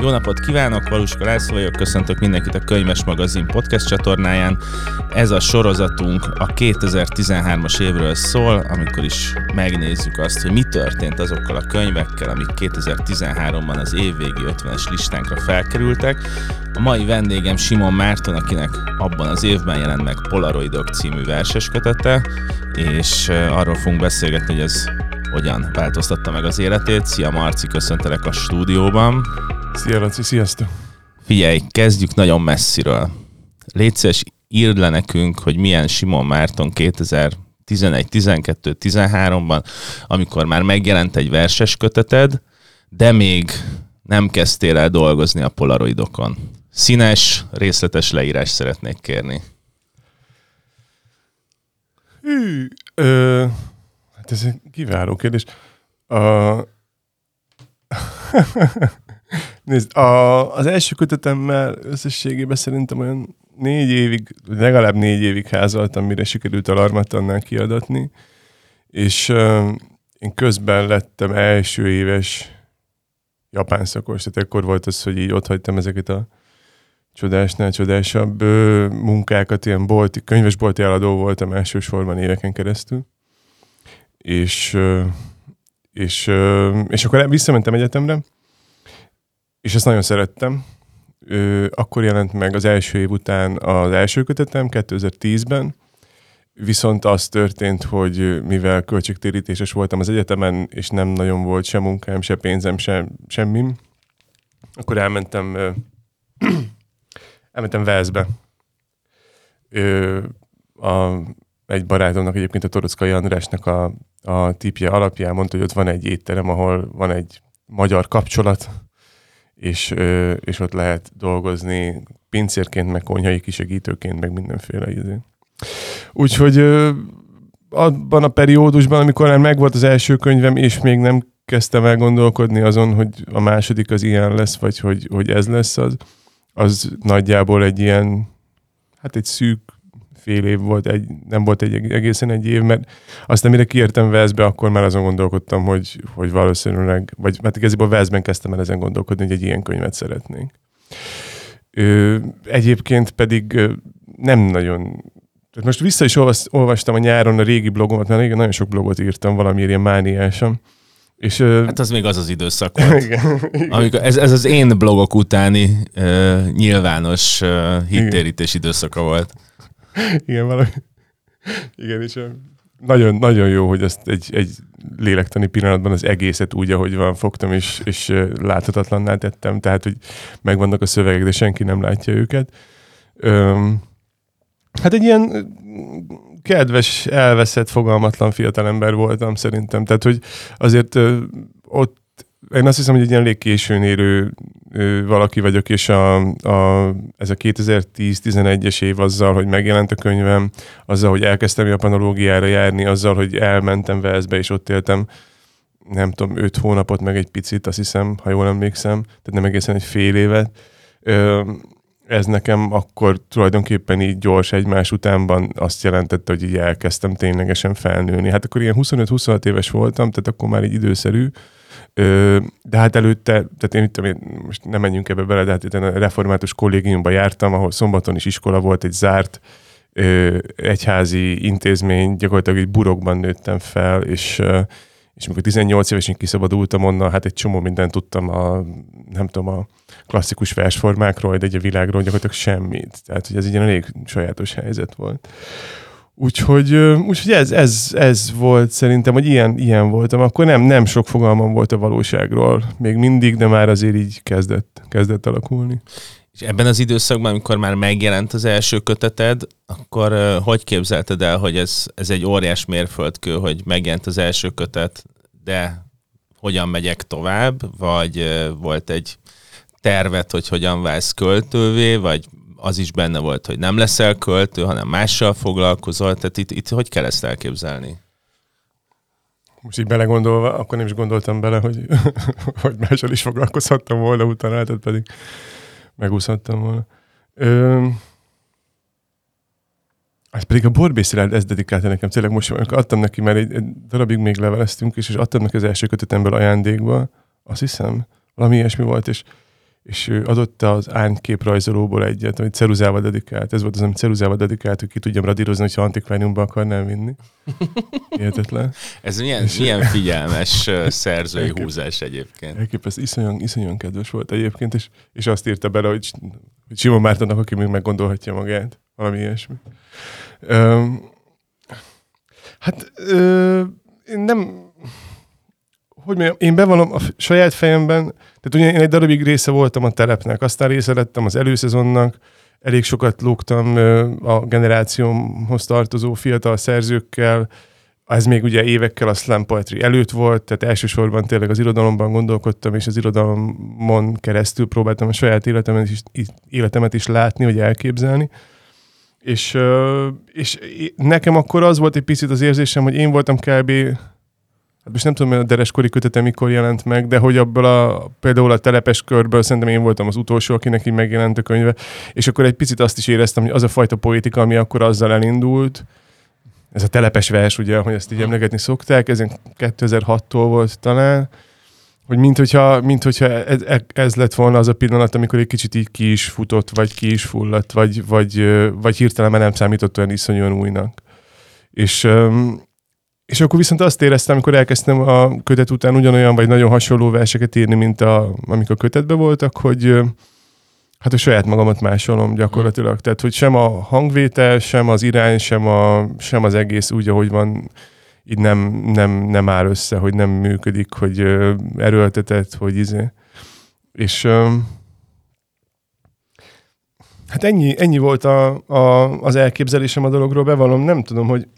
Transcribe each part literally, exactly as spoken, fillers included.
Jó napot kívánok, Valuska László vagyok, köszöntök mindenkit a Könyves Magazin podcast csatornáján. Ez a sorozatunk a kétezer-tizenhármas évről szól, amikor is megnézzük azt, hogy mi történt azokkal a könyvekkel, amik kétezer-tizenháromban az évvégi ötvenes listánkra felkerültek. A mai vendégem Simon Márton, akinek abban az évben jelent meg Polaroidok című verseskötete, és arról fogunk beszélgetni, hogy ez hogyan változtatta meg az életét. Szia Marci, köszöntelek a stúdióban. Szia Laci, sziasztok! Figyelj, kezdjük nagyon messziről. Légy szíves, írd le nekünk, hogy milyen Simon Márton kétezer-tizenegy, tizenkettő, tizenháromban, amikor már megjelent egy verses köteted, de még nem kezdtél el dolgozni a Polaroidokon. Színes, részletes leírás szeretnék kérni. Hű, ö, hát ez egy kiváló kérdés. A... Nézd, a, az első kötetemmel összességében szerintem olyan négy évig, legalább négy évig házaltam, mire sikerült a Larmatannál kiadatni, és uh, én közben lettem első éves japán szakos, tehát ekkor volt az, hogy így otthagytam ezeket a csodásnál csodásabb ö, munkákat, ilyen bolti, könyvesbolti eladó voltam elsősorban éveken keresztül, és, ö, és, ö, és akkor visszamentem egyetemre, és ezt nagyon szerettem. Ö, akkor jelent meg az első év után az első kötetem, kétezer-tízben, viszont az történt, hogy mivel költségtérítéses voltam az egyetemen, és nem nagyon volt se munkám, se pénzem, se semmim, akkor elmentem, ö, elmentem Velszbe. Ö, a, egy barátomnak, egyébként a Torockai Andrásnak a, a tipje alapján mondta, hogy ott van egy étterem, ahol van egy magyar kapcsolat, És, és ott lehet dolgozni pincérként, meg konyhai kisegítőként, meg mindenféle izé. Úgyhogy abban a periódusban, amikor már megvolt az első könyvem, és még nem kezdtem el gondolkodni azon, hogy a második az ilyen lesz, vagy hogy, hogy ez lesz az, az nagyjából egy ilyen, hát egy szűk fél év volt, egy, nem volt egy egészen egy év, mert aztán mire kiértem Velszbe, akkor már azon gondolkodtam, hogy, hogy valószínűleg, vagy hát igazából Velszben kezdtem el ezen gondolkodni, hogy egy ilyen könyvet szeretnénk. Ö, egyébként pedig ö, nem nagyon... Most vissza is olvas, olvastam a nyáron a régi blogomat, mert nagyon sok blogot írtam, valamiért ilyen mániásan. És, ö... Hát az még az az időszak volt. Igen. Amikor ez, ez az én blogok utáni ö, nyilvános ö, hittérítés időszaka volt. Igen, valami. Igen, és nagyon, nagyon jó, hogy ezt egy, egy lélektani pillanatban az egészet úgy, ahogy van, fogtam, és, és láthatatlanná tettem, tehát, hogy megvannak a szövegek, de senki nem látja őket. Öm, hát egy ilyen kedves, elveszett, fogalmatlan fiatalember voltam szerintem, tehát, hogy azért ö, ott én azt hiszem, hogy egy ilyen elég későn érő ö, valaki vagyok, és a, a, ez a kétezer-tíz-tizenegyes év azzal, hogy megjelent a könyvem, azzal, hogy elkezdtem japanológiára járni, azzal, hogy elmentem Velszbe, és ott éltem, nem tudom, öt hónapot, meg egy picit, azt hiszem, ha jól emlékszem, tehát nem egészen egy fél évet. Ö, ez nekem akkor tulajdonképpen így gyors egymás utánban azt jelentette, hogy így elkezdtem ténylegesen felnőni. Hát akkor ilyen huszonöt-huszonhat éves voltam, tehát akkor már így időszerű. De hát előtte, tehát én, én most nem menjünk ebbe bele, de hát itt a református kollégiumban jártam, ahol szombaton is iskola volt, egy zárt ö, egyházi intézmény, gyakorlatilag egy burokban nőttem fel, és, ö, és amikor tizennyolc évesen kiszabadultam onnan, hát egy csomó mindent tudtam a, nem tudom, a klasszikus versformákról, de egy a világról gyakorlatilag semmit. Tehát, hogy ez egy elég sajátos helyzet volt. Úgyhogy, úgyhogy ez, ez, ez volt szerintem, hogy ilyen, ilyen voltam. Akkor nem, nem sok fogalmam volt a valóságról. Még mindig, de már azért így kezdett, kezdett alakulni. És ebben az időszakban, amikor már megjelent az első köteted, akkor uh, hogy képzelted el, hogy ez, ez egy óriás mérföldkő, hogy megjelent az első kötet, de hogyan megyek tovább? Vagy uh, volt egy tervet, hogy hogyan válsz költővé, vagy az is benne volt, hogy nem leszel költő, hanem mással foglalkozol. Tehát itt, itt hogy kell ezt elképzelni? Most így belegondolva, akkor nem is gondoltam bele, hogy, hogy mással is foglalkozhattam volna, utána tehát pedig megúszhattam volna. Ö... Ez pedig a Borbély Szilárd, ez dedikálta nekem. Tényleg most adtam neki, mert egy, egy darabig még leveleztünk, és, és adtam neki az első kötetemből ajándékba, azt hiszem, valami ilyesmi volt, és és ő adott az árnyképrajzolóból egyet, amit ceruzával dedikált. Ez volt az, amit ceruzával dedikált, hogy ki tudjam radírozni, hogyha antikváriumba akarnám vinni. Hihetetlen. Ez milyen, milyen figyelmes szerzői húzás egyébként. Elképesztő, iszonyan, iszonyan kedves volt egyébként, és, és azt írta bele, hogy, hogy Simon Mártonnak, aki még meggondolhatja magát. Valami ilyesmi. Öm, hát ö, én nem... Hogy mondjam, én bevallom a saját fejemben, tehát ugye én egy darabig része voltam a telepnek, aztán része lettem az előszezonnak, elég sokat lógtam a generációmhoz tartozó fiatal szerzőkkel, ez még ugye évekkel a slam poetry előtt volt, tehát elsősorban tényleg az irodalomban gondolkodtam, és az irodalomon keresztül próbáltam a saját életemet is, életemet is látni, vagy elképzelni. És, és nekem akkor az volt egy picit az érzésem, hogy én voltam kb. Hát most nem tudom, hogy a dereskori kötete mikor jelent meg, de hogy abból a, például a telepes körből szerintem én voltam az utolsó, akinek így megjelent a könyve, és akkor egy picit azt is éreztem, hogy az a fajta poétika, ami akkor azzal elindult, ez a telepes vers, ugye, hogy ezt így emlegetni szokták, ez kétezer-hattól volt talán, hogy mint hogyha, mint hogyha ez, ez lett volna az a pillanat, amikor egy kicsit így ki is futott, vagy ki is fulladt, vagy, vagy, vagy hirtelen már nem számított olyan iszonyúan újnak. És És akkor viszont azt éreztem, amikor elkezdtem a kötet után ugyanolyan, vagy nagyon hasonló verseket írni, mint a, amik a kötetben voltak, hogy hát a saját magamat másolom gyakorlatilag. Tehát, hogy sem a hangvétel, sem az irány, sem, a, sem az egész úgy, ahogy van, így nem, nem, nem áll össze, hogy nem működik, hogy erőltetett, hogy izé. És hát ennyi, ennyi volt a, a, az elképzelésem a dologról, bevallom, nem tudom, hogy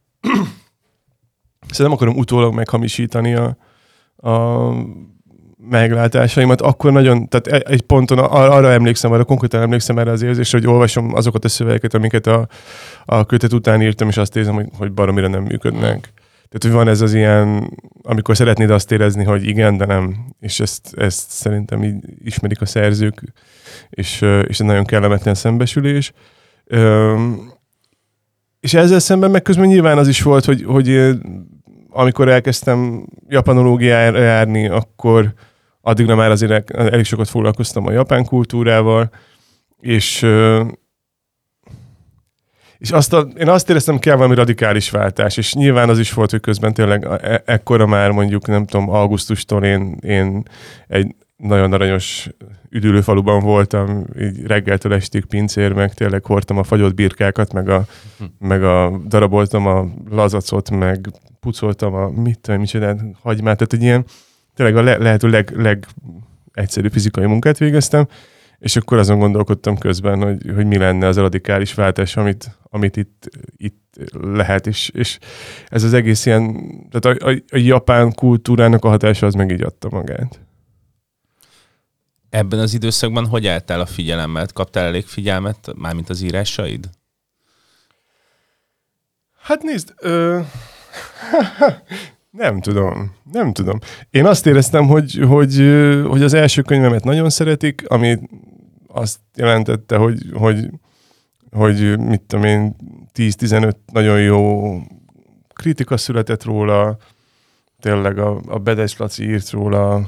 Szóval nem akarom utólag meghamisítani a, a meglátásaimat. Akkor nagyon, tehát egy ponton arra emlékszem, arra konkrétan emlékszem erre az érzésre, hogy olvasom azokat a szövegeket, amiket a, a kötet után írtam, és azt érzem, hogy, hogy baromira nem működnek. Tehát, hogy van ez az ilyen, amikor szeretnéd azt érezni, hogy igen, de nem. És ezt, ezt szerintem így ismerik a szerzők, és, és ez nagyon kellemetlen szembesülés. És ezzel szemben meg közben nyilván az is volt, hogy, hogy amikor elkezdtem japanológiára járni, akkor addigra már azért elég sokat foglalkoztam a japán kultúrával, és, és azt a, én azt éreztem, kell valami radikális váltás, és nyilván az is volt, hogy közben tényleg e- ekkora már mondjuk, nem tudom, augusztustól én, én egy nagyon aranyos üdülőfaluban voltam, így reggeltől estig pincér, meg tényleg hordtam a fagyott birkákat, meg, a, hm. meg a, daraboltam a lazacot, meg pucoltam a mit tudom, micsoda, hagymát, tehát egy ilyen tényleg a le, lehető leg, legegyszerűbb fizikai munkát végeztem, és akkor azon gondolkodtam közben, hogy, hogy mi lenne az a radikális váltás, amit, amit itt, itt lehet, és, és ez az egész ilyen, tehát a, a, a japán kultúrának a hatása az meg így adta magát. Ebben az időszakban hogy álltál a figyelemmel? Kaptál elég figyelmet, mármint az írásaid? Hát nézd, ö... nem tudom, nem tudom. Én azt éreztem, hogy, hogy, hogy az első könyvemet nagyon szeretik, ami azt jelentette, hogy, hogy, hogy mit tudom én, tíz-tizenöt nagyon jó kritika született róla, tényleg a, a Bedes Laci írt róla,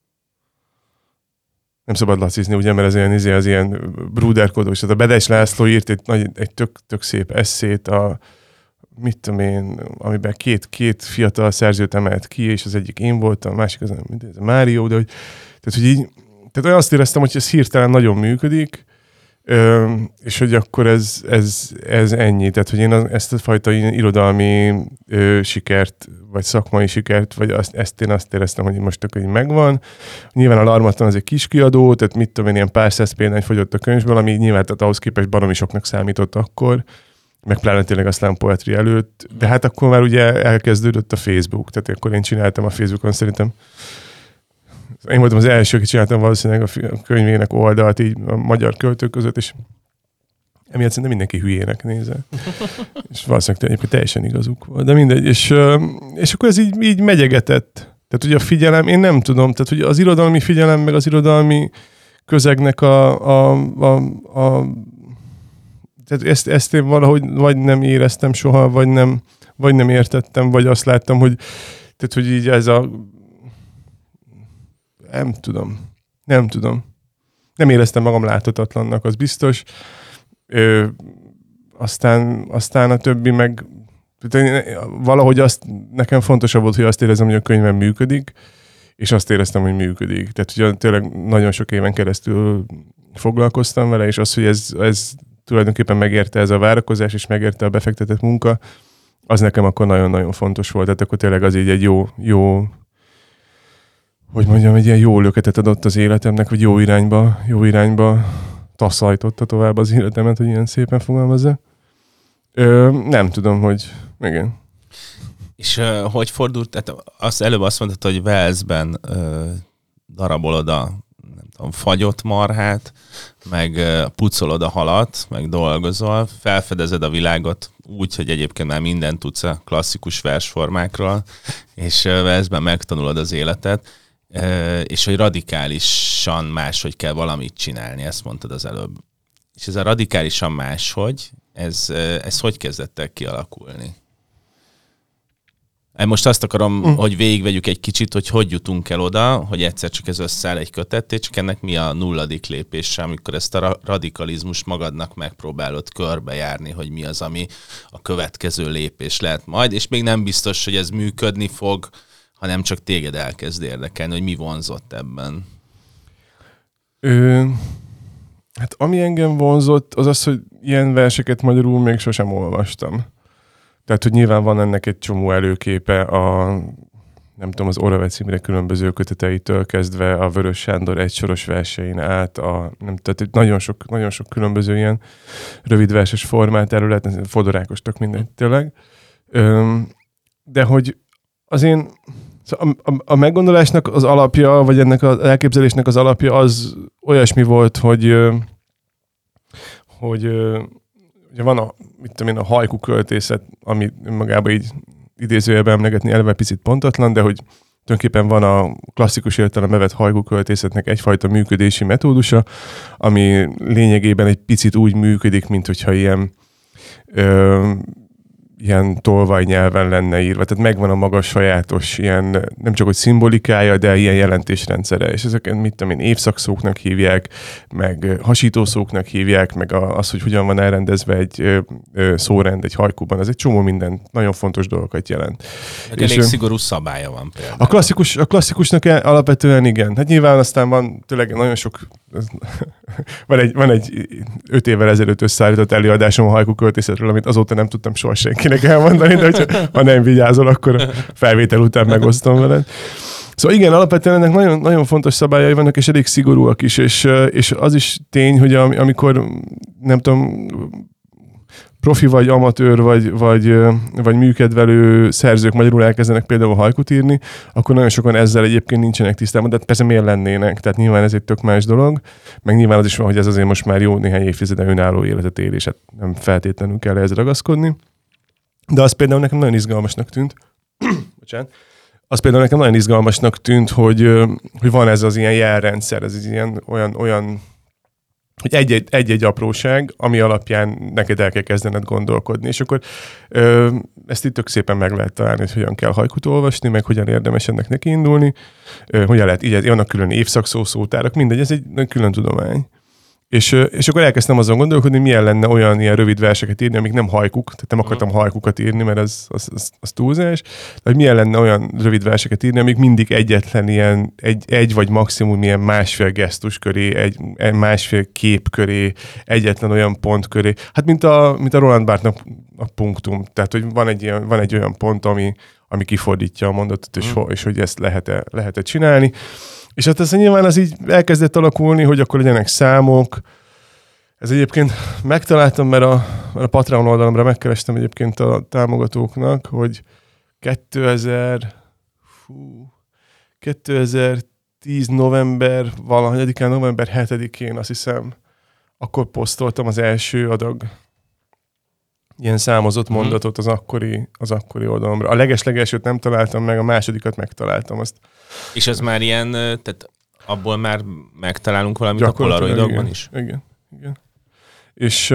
nem szabad lacizni, ugye, mert ez ilyen, az, az ilyen brúderkodós. Tehát a Bedes László írt egy, egy, egy tök, tök szép esszét, a, mit tudom én, amiben két, két fiatal szerzőt emelt ki, és az egyik én voltam, a másik az, az a Mário, de hogy, tehát, hogy így, tehát azt éreztem, hogy ez hirtelen nagyon működik, ö, és hogy akkor ez, ez, ez ennyi. Tehát, hogy én az, ezt a fajta irodalmi ö, sikert, vagy szakmai sikert, vagy azt, ezt én azt éreztem, hogy most akkor így megvan. Nyilván a Larmatlan az egy kis kiadó, tehát mit tudom én, ilyen pár száz példány fogyott a könyvből, ami nyilván tehát ahhoz képest baromi soknak számított akkor, meg pláne tényleg a slam poetry előtt, de hát akkor már ugye elkezdődött a Facebook, tehát akkor én csináltam a Facebookon szerintem. Én voltam az első, aki csináltam valószínűleg a könyvének oldalt így a magyar költők között, és emiatt szerintem mindenki hülyének nézel. És valószínűleg egyébként teljesen igazuk volt. De mindegy. És, és akkor ez így, így megyegetett. Tehát ugye a figyelem, én nem tudom, tehát ugye az irodalmi figyelem, meg az irodalmi közegnek a, a, a, a tehát ezt, ezt én valahogy vagy nem éreztem soha, vagy nem, vagy nem értettem, vagy azt láttam, hogy tehát, hogy így ez a nem tudom. Nem tudom. nem éreztem magam láthatatlannak, az biztos. Ö, aztán, aztán a többi meg valahogy azt, nekem fontosabb volt, hogy azt érezem, hogy a könyvem működik, és azt éreztem, hogy működik. Tehát ugye tényleg nagyon sok éven keresztül foglalkoztam vele, és az, hogy ez, ez tulajdonképpen megérte ez a várakozás, és megérte a befektetett munka, az nekem akkor nagyon-nagyon fontos volt. Tehát akkor tényleg az így egy jó, jó hogy mondjam, egy ilyen jó löketet adott az életemnek, vagy jó irányba, jó irányba taszajtotta tovább az életemet, hogy ilyen szépen fogalmazza. Ö, nem tudom, hogy igen. És uh, hogy fordult, tehát azt előbb azt mondtad, hogy Walesben uh, darabolod a nem tudom, fagyott marhát, meg uh, pucolod a halat, meg dolgozol, felfedezed a világot úgy, hogy egyébként már mindent tudsz a klasszikus versformákról, és uh, Walesben megtanulod az életet, uh, és hogy radikálisan máshogy kell valamit csinálni, ezt mondtad az előbb. És ez a radikálisan máshogy, ez, uh, ez hogy kezdett el kialakulni? Most azt akarom, mm. hogy végigvegyük egy kicsit, hogy hogy jutunk el oda, hogy egyszer csak ez összeáll egy kötetté, csak ennek mi a nulladik lépése, amikor ezt a radikalizmus magadnak megpróbálod körbejárni, hogy mi az, ami a következő lépés lehet majd, és még nem biztos, hogy ez működni fog, hanem csak téged elkezd érdekelni, hogy mi vonzott ebben. Ö, hát ami engem vonzott, az az, hogy ilyen verseket magyarul még sosem olvastam. Tehát, hogy nyilván van ennek egy csomó előképe a, nem tudom, az Oravec Imre különböző köteteitől kezdve a Vörös Sándor egysoros versein át, a, nem, tehát nagyon sok, nagyon sok különböző ilyen rövid verses formát erről lehet, Fodorákostak mindegy, tényleg. Öm, de hogy az én, szóval a, a, a meggondolásnak az alapja, vagy ennek az elképzelésnek az alapja az olyasmi volt, hogy, hogy ugye van a, mit tudom én, a haiku költészet, ami önmagában így idézőjelben emlegetni eleve picit pontatlan, de hogy tulajdonképpen van a klasszikus értelembe vett haiku költészetnek egyfajta működési metódusa, ami lényegében egy picit úgy működik, mint hogyha ilyen ö, ilyen tolvaj nyelven lenne írva. Tehát megvan a maga sajátos ilyen, nem csak hogy szimbolikája, de ilyen jelentésrendszere. És ezeket, mit tudom én, évszakszóknak hívják, meg hasítószóknak hívják, meg az, hogy hogyan van elrendezve egy ö, ö, szórend egy hajkuban. Ez egy csomó minden nagyon fontos dolgokat jelent. Meg elég szigorú szabálya van például. A, klasszikus, a klasszikusnak alapvetően igen. Hát nyilván aztán van tényleg nagyon sok... van, egy, van egy öt évvel ezelőtt összeállított előadásom a haiku költészetről, amit azóta nem tudtam soha senkinek elmondani, de hogyha, ha nem vigyázol, akkor felvétel után megosztom veled. Szóval igen, alapvetően ennek nagyon, nagyon fontos szabályai vannak, és elég szigorúak is, és, és az is tény, hogy amikor nem tudom, profi vagy amatőr, vagy, vagy, vagy műkedvelő szerzők magyarul elkezdenek például hajkut írni, akkor nagyon sokan ezzel egyébként nincsenek tisztában, de persze miért lennének? Tehát nyilván ez egy tök más dolog, meg nyilván az is van, hogy ez azért most már jó néhány évtizede önálló életet él, és hát nem feltétlenül kell ehhez ragaszkodni. De az például nekem nagyon izgalmasnak tűnt, bocsánat, az például nekem nagyon izgalmasnak tűnt, hogy, hogy van ez az ilyen jelrendszer, ez ilyen olyan, olyan hogy egy-egy, egy-egy apróság, ami alapján neked el kell kezdened gondolkodni, és akkor ö, ezt itt tök szépen meg lehet találni, hogy hogyan kell hajkut olvasni, meg hogyan érdemes ennek neki indulni, ö, hogyan lehet, így vannak külön évszakszó, szótárak, mindegy, ez egy külön tudomány. És, és akkor elkezdtem azon gondolkodni, hogy milyen lenne olyan ilyen rövid verseket írni, amik nem hajkuk, tehát nem akartam hajkukat írni, mert az, az, az, az túlzás, de hogy milyen lenne olyan rövid verseket írni, amik mindig egyetlen ilyen, egy, egy vagy maximum ilyen másfél gesztus köré, egy, egy másfél kép köré, egyetlen olyan pont köré. Hát mint a, mint a Roland Barthesnak a punktum, tehát hogy van egy, ilyen, van egy olyan pont, ami, ami kifordítja a mondatot, és, mm. és hogy ezt lehet-e, lehet-e csinálni. És hát ez nyilván az így elkezdett alakulni, hogy akkor legyenek számok. Ez egyébként megtaláltam, mert a, mert a Patreon oldalamra megkerestem egyébként a támogatóknak, hogy kétezer, fú, kétezer-tíz november, valahanyadikán, november hetedikén azt hiszem, akkor posztoltam az első adag ilyen számozott mondatot az akkori, az akkori oldalamra. A leges-legelsőt nem találtam meg, a másodikat megtaláltam. Azt. És ez már ilyen, tehát abból már megtalálunk valamit a polaroidokban is? Igen, igen. És,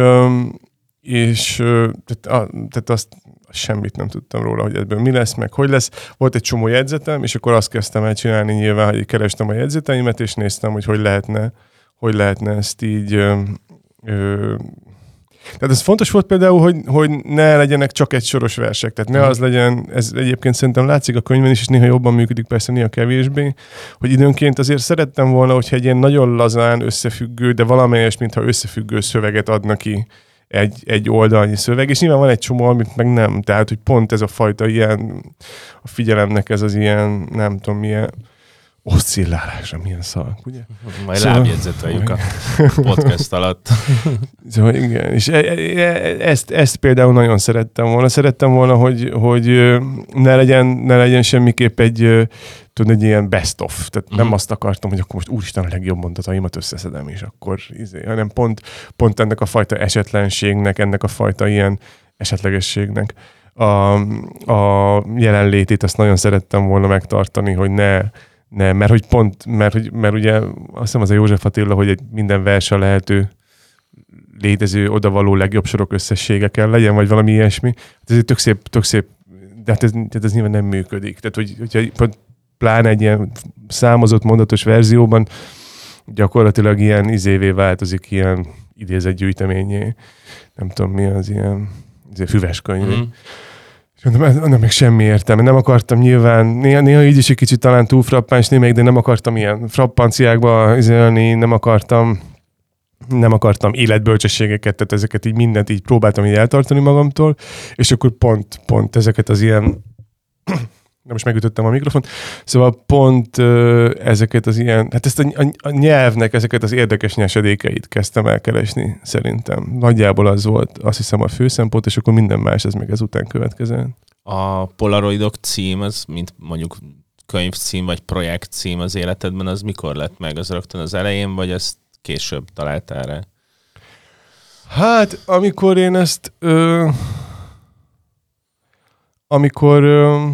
és tehát, tehát azt semmit nem tudtam róla, hogy ebből mi lesz, meg hogy lesz. Volt egy csomó jegyzetem, és akkor azt kezdtem el csinálni nyilván, hogy kerestem a jegyzeteimet, és néztem, hogy hogy lehetne hogy lehetne ezt így... Ö, ö, tehát ez fontos volt például, hogy, hogy ne legyenek csak egy soros versek, tehát ne az legyen, ez egyébként szerintem látszik a könyvben is, és néha jobban működik, persze néha kevésbé, hogy időnként azért szerettem volna, hogyha egy ilyen nagyon lazán összefüggő, de valamelyes, mintha összefüggő szöveget adna ki egy, egy oldalnyi szöveg, és nyilván van egy csomó, amit meg nem, tehát hogy pont ez a fajta ilyen, a figyelemnek ez az ilyen, nem tudom milyen, oszcillálásra, milyen szalak, ugye? Majd szóval... lábjegyzeteljük a podcast alatt. Szóval igen, és e- e- ezt, ezt például nagyon szerettem volna. Szerettem volna, hogy, hogy ne, legyen, ne legyen semmiképp egy, tudod, egy ilyen best of. Tehát mm. nem azt akartam, hogy akkor most úristen a legjobb mondataimat összeszedem, és akkor izé, hanem pont, pont ennek a fajta esetlenségnek, ennek a fajta ilyen esetlegességnek a, a jelenlétét, azt nagyon szerettem volna megtartani, hogy ne Nem, mert hogy pont, mert, hogy, mert ugye azt hiszem az a József Attila, hogy egy minden verse lehető létező, odavaló legjobb sorok összessége kell legyen, vagy valami ilyesmi. Hát ez egy tök szép, tök szép, de hát ez, tehát ez nyilván nem működik. Tehát, hogy, hogyha pláne egy ilyen számozott, mondatos verzióban gyakorlatilag ilyen izévé változik, ilyen idézett gyűjteményé. Nem tudom, mi az ilyen izé, füves könyv. Mm. Annak meg semmi értelme. Nem akartam nyilván, néha, néha így is egy kicsit talán túl frappáns némelyik, de nem akartam ilyen frappanciákba izélni, nem akartam, nem akartam életbölcsességeket, tehát ezeket így mindent így próbáltam így eltartani magamtól, és akkor pont, pont ezeket az ilyen, de most megütöttem a mikrofont, szóval pont uh, ezeket az ilyen, hát ezt a, a, a nyelvnek ezeket az érdekes nyesedékeit kezdtem elkeresni, szerintem. Nagyjából az volt, azt hiszem, a fő szempont, és akkor minden más, ez meg ezután következett. A Polaroidok cím, az mint mondjuk könyvcím, vagy projektcím az életedben, az mikor lett meg? Az rögtön az elején, vagy ezt később találtál rá? Hát, amikor én ezt ö, amikor ö,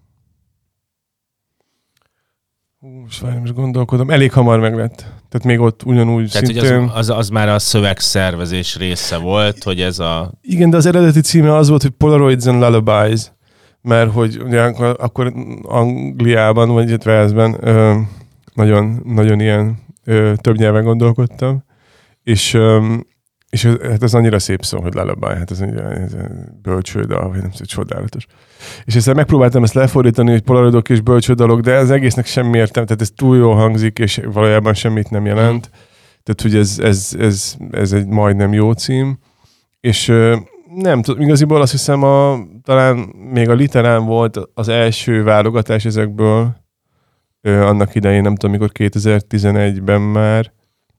Most várj, most gondolkodom. Elég hamar meglett. Tehát még ott ugyanúgy Tehát, szintén... hogy az, az, az már a szövegszervezés része volt, hogy ez a... Igen, de az eredeti címe az volt, hogy Polaroids and Lullabies, mert hogy ugye akkor Angliában, vagy Walesben ö, nagyon, nagyon ilyen ö, több nyelven gondolkodtam, és, ö, és hát ez annyira szép szó, hogy lullaby, hát ez annyira ez bölcsődal, vagy nem tudom, csodálatos. És ezzel megpróbáltam ezt lefordítani, hogy polaroidok és bölcsődalok, de az egésznek semmi értelme, tehát ez túl jól hangzik, és valójában semmit nem jelent. Tehát, hogy ez, ez, ez, ez egy majdnem jó cím. És nem tudom, igaziból azt hiszem, a, talán még a Literán volt az első válogatás ezekből, annak idején, nem tudom, mikor kétezer-tizenegyben már,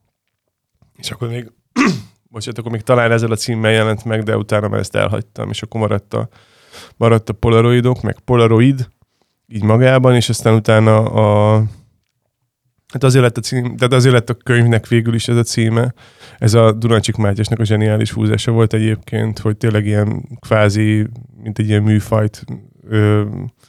és akkor még bocsánat, akkor még talán ezzel a címmel jelent meg, de utána már ezt elhagytam, és akkor maradt a, maradt a Polaroidok, meg Polaroid, így magában, és aztán utána a... Hát azért lett a cím, tehát azért lett a könyvnek végül is ez a címe. Ez a Dunancsik Mátyásnak a zseniális húzása volt egyébként, hogy tényleg ilyen kvázi, mint egy ilyen műfajt ö,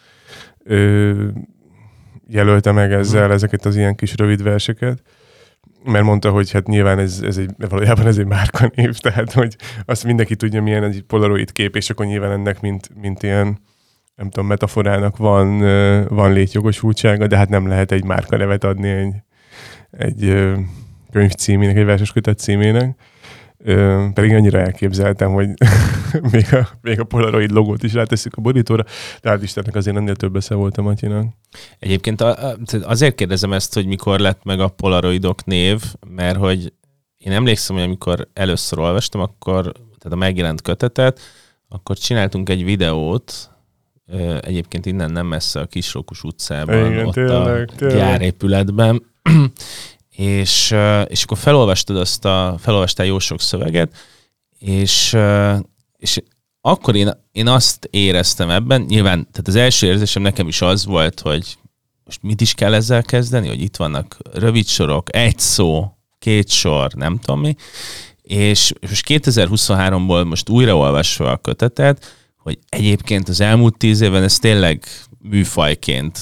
ö, jelölte meg ezzel ezeket az ilyen kis rövid verseket. Mert mondta, hogy hát nyilván ez, ez egy, valójában ez egy márkanév, tehát hogy azt mindenki tudja, milyen egy polaroid kép, és akkor nyilván ennek, mint, mint ilyen, nem tudom, metaforának van, van létjogosultsága, de hát nem lehet egy márkanevet adni egy, egy könyv címének, egy verseskötet címének. Pedig annyira elképzeltem, hogy még, a, még a Polaroid logót is rátesszük a borítóra, de hát Istennek azért ennél több esze volt a Matyinak. Egyébként azért kérdezem ezt, hogy mikor lett meg a Polaroidok név, mert hogy én emlékszem, hogy amikor először olvastam, akkor, tehát a megjelent kötetet, akkor csináltunk egy videót, egyébként innen nem messze a Kisrókus utcában, igen, ott tényleg, a tényleg. gyárépületben, És, és akkor felolvastad azt a, felolvastál jó sok szöveget, és, és akkor én, én azt éreztem ebben, nyilván, tehát az első érzésem nekem is az volt, hogy most mit is kell ezzel kezdeni, hogy itt vannak rövid sorok, egy szó, két sor, nem tudom mi, és most kétezer-huszonháromból most újraolvasva a kötetet, hogy egyébként az elmúlt tíz évben ez tényleg műfajként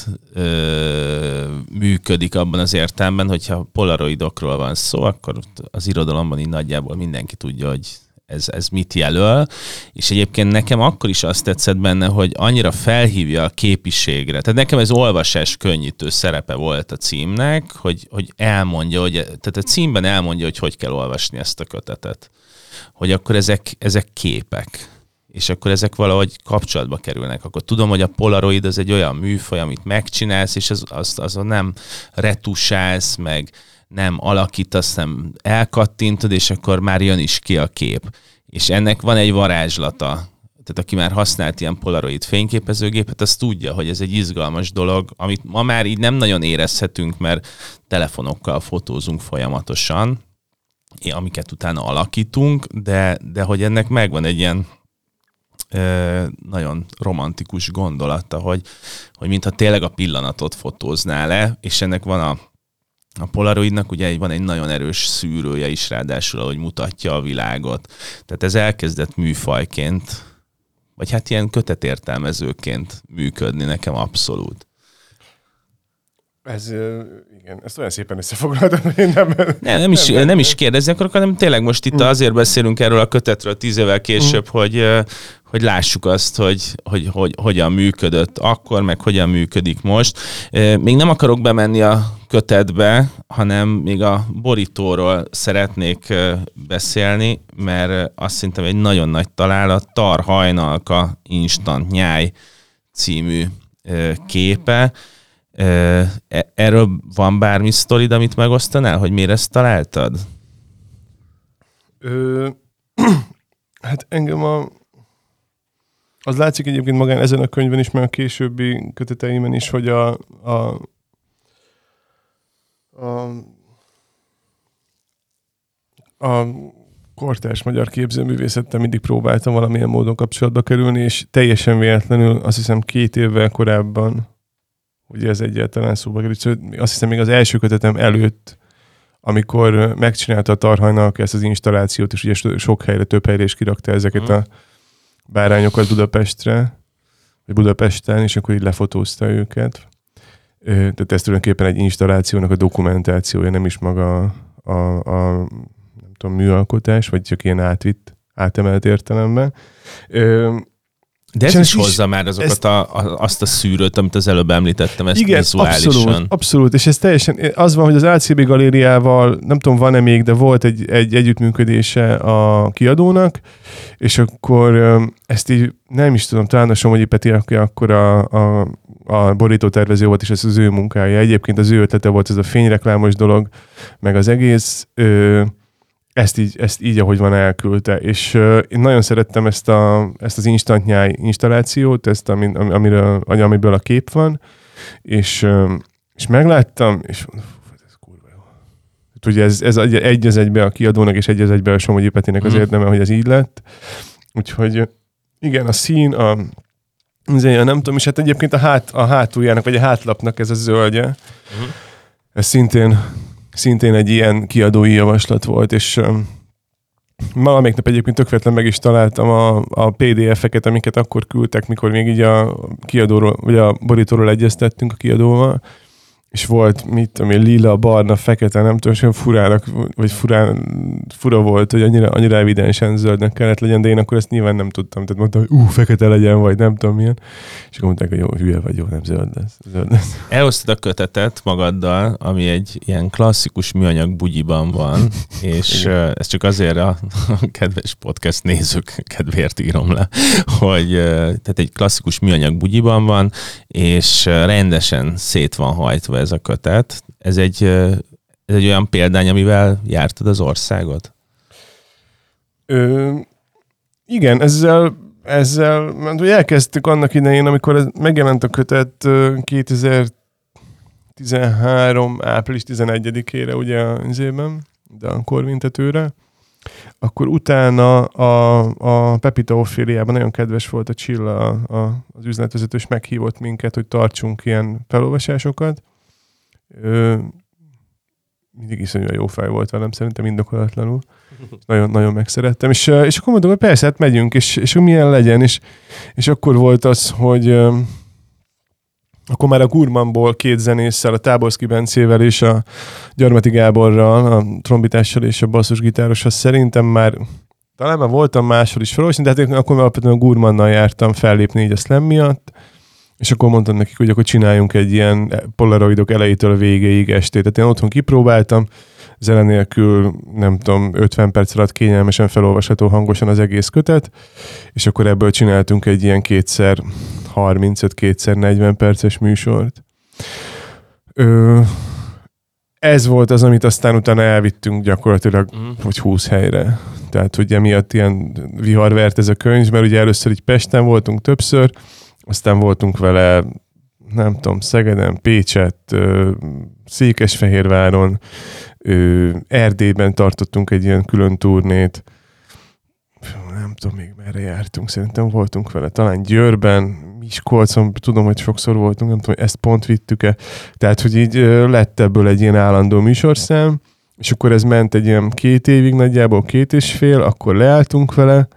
ö, működik abban az értelemben, hogyha polaroidokról van szó, akkor az irodalomban így nagyjából mindenki tudja, hogy ez, ez mit jelöl, és egyébként nekem akkor is azt tetszett benne, hogy annyira felhívja a képiségre. Tehát nekem ez olvasás könnyítő szerepe volt a címnek, hogy, hogy elmondja, hogy, tehát a címben elmondja, hogy hogy kell olvasni ezt a kötetet. Hogy akkor ezek, ezek képek. És akkor ezek valahogy kapcsolatba kerülnek. Akkor tudom, hogy a Polaroid az egy olyan műfaj, amit megcsinálsz, és az, az, azon nem retusálsz, meg nem alakítasz, nem elkattintod, és akkor már jön is ki a kép. És ennek van egy varázslata. Tehát aki már használt ilyen Polaroid fényképezőgépet, az tudja, hogy ez egy izgalmas dolog, amit ma már így nem nagyon érezhetünk, mert telefonokkal fotózunk folyamatosan, amiket utána alakítunk, de, de hogy ennek megvan egy ilyen ö, nagyon romantikus gondolata, hogy, hogy mintha tényleg a pillanatot fotózná le, és ennek van a A Polaroidnak ugye van egy nagyon erős szűrője is ráadásul, ahogy mutatja a világot. Tehát ez elkezdett műfajként, vagy hát ilyen kötetértelmezőként működni nekem abszolút. Ez, igen, ezt olyan szépen összefoglaltam, hogy én nem... Nem, nem, is, nem, nem is kérdezni akarok, hanem tényleg most itt mm. azért beszélünk erről a kötetről tíz évvel később, mm. hogy, hogy lássuk azt, hogy, hogy, hogy hogyan működött akkor, meg hogyan működik most. Még nem akarok bemenni a kötetbe, hanem még a borítóról szeretnék beszélni, mert azt szerintem egy nagyon nagy találat, Tar Hajnalka Instant Nyáj című képe. Erről van bármi sztorid, amit megosztanál, hogy miért ezt találtad? Ö, hát engem a... Az látszik egyébként magán ezen a könyvben is, meg a későbbi köteteimen is, hogy a, a, a, a kortárs magyar képzőművészettel mindig próbáltam valamilyen módon kapcsolatba kerülni, és teljesen véletlenül azt hiszem két évvel korábban, ugye ez egyáltalán szóba került, azt hiszem még az első kötetem előtt, amikor megcsinálta a Tar Hajnalka ezt az installációt, és ugye sok helyre, több helyre is kirakta ezeket a bárányokat Budapestre, vagy Budapesten, és akkor így lefotózta őket. Tehát ez tulajdonképpen egy installációnak a dokumentációja, nem is maga a, a, a nem tudom, műalkotás, vagy csak ilyen átvitt, átemelt értelemben. De ez is hozza már azokat ezt, a, a, azt a szűrőt, amit az előbb említettem, ezt igen, vizuálisan. Abszolút, abszolút, és ez teljesen, az van, hogy az á cé bé galériával, nem tudom, van-e még, de volt egy, egy együttműködése a kiadónak, és akkor ezt így, nem is tudom, talán a Somogyi Peti, aki akkor a, a, a borítótervező volt, és ez az ő munkája. Egyébként az ő ötlete volt ez a fényreklámos dolog, meg az egész... Ö, Ezt így, ezt így, ahogy van, elküldte. És uh, én nagyon szerettem ezt, a, ezt az Instant Nyáj installációt, ezt, ami, amiről, amiből a kép van, és, uh, és megláttam, és ez kurva jó. Ugye ez, ez egy az egybe a kiadónak, és egy az egybe a Somogyi Petinek az mm. érdeme, hogy ez így lett. Úgyhogy igen, a szín, a, azért, nem tudom, és hát egyébként a, hát, a hátuljának, vagy a hátlapnak ez a zöldje. Mm. Ez szintén Szintén egy ilyen kiadói javaslat volt, és um, valamelyik nap egyébként tökéletlen meg is találtam a, a pé dé ef-eket, amiket akkor küldtek, mikor még így a kiadóról, vagy a borítóról egyeztettünk a kiadóval, és volt, mit tudom én, lila, barna, fekete, nem tudom, olyan furának, vagy furán, fura volt, hogy annyira, annyira evidensen zöldnek kellett legyen, de én akkor ezt nyilván nem tudtam. Tehát mondtam, hogy ú, fekete legyen, vagy nem tudom milyen. És akkor mondták, hogy jó, hülye vagy, jó, nem zöld lesz. Zöld lesz. Elhoztad a kötetet magaddal, ami egy ilyen klasszikus műanyag bugyiban van, és uh, ez csak azért a, a kedves podcast nézők kedvéért írom le, hogy uh, tehát egy klasszikus műanyag bugyiban van, és uh, rendesen szét van hajtva ez a kötet. Ez egy, ez egy olyan példány, amivel jártad az országot? Ö, igen, ezzel, ezzel mert elkezdtük annak idején, amikor ez megjelent a kötet kétezer-tizenhárom április tizenegyedikére, ugye az évben, de a korvintetőre. Akkor utána a, a Pepita Oféliában nagyon kedves volt a Csilla, a, az üzletvezető, és meghívott minket, hogy tartsunk ilyen felolvasásokat. Ö, mindig iszonyúan jó fej volt velem, szerintem indokolatlanul. Nagyon, nagyon megszerettem. És, és akkor mondom, hogy persze, hát megyünk, és, és milyen legyen. És, és akkor volt az, hogy ö, akkor már a Gurmanból két zenésszel, a Táborszki Bencével és a Gyarmati Gáborral, a trombitással és a basszusgitárossal szerintem már talán már voltam máshol is felolvasni, de hát én akkor alapvetően a Gurmannal jártam fellépni így a slam miatt, és akkor mondtam nekik, hogy akkor csináljunk egy ilyen polaroidok elejétől a végéig estét. Tehát én otthon kipróbáltam, zene nélkül, nem tudom, ötven perc alatt kényelmesen felolvasható hangosan az egész kötet, és akkor ebből csináltunk egy ilyen kétszer harmincöt, kétszer negyven perces műsort. Ö, ez volt az, amit aztán utána elvittünk gyakorlatilag, mm. hogy húsz helyre. Tehát, hogy emiatt ilyen vihar vert ez a könyv, mert ugye először így Pesten voltunk többször, aztán voltunk vele, nem tudom, Szegeden, Pécsett, Székesfehérváron, Erdélyben tartottunk egy ilyen külön turnét. Nem tudom még merre jártunk, szerintem voltunk vele. Talán Győrben, Miskolcon, tudom, hogy sokszor voltunk, nem tudom, hogy ezt pont vittük-e. Tehát, hogy így lett ebből egy ilyen állandó műsorszám, és akkor ez ment egy ilyen két évig nagyjából, két és fél, akkor leálltunk vele,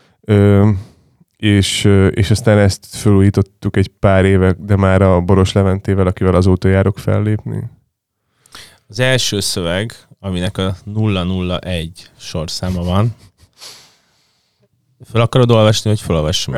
és, és aztán ezt felújítottuk egy pár éve, de már a Boros Leventével, akivel azóta járok fellépni. Az első szöveg, aminek a nulla nulla egy sorszáma van. Fel akarod olvasni, vagy felolvassam?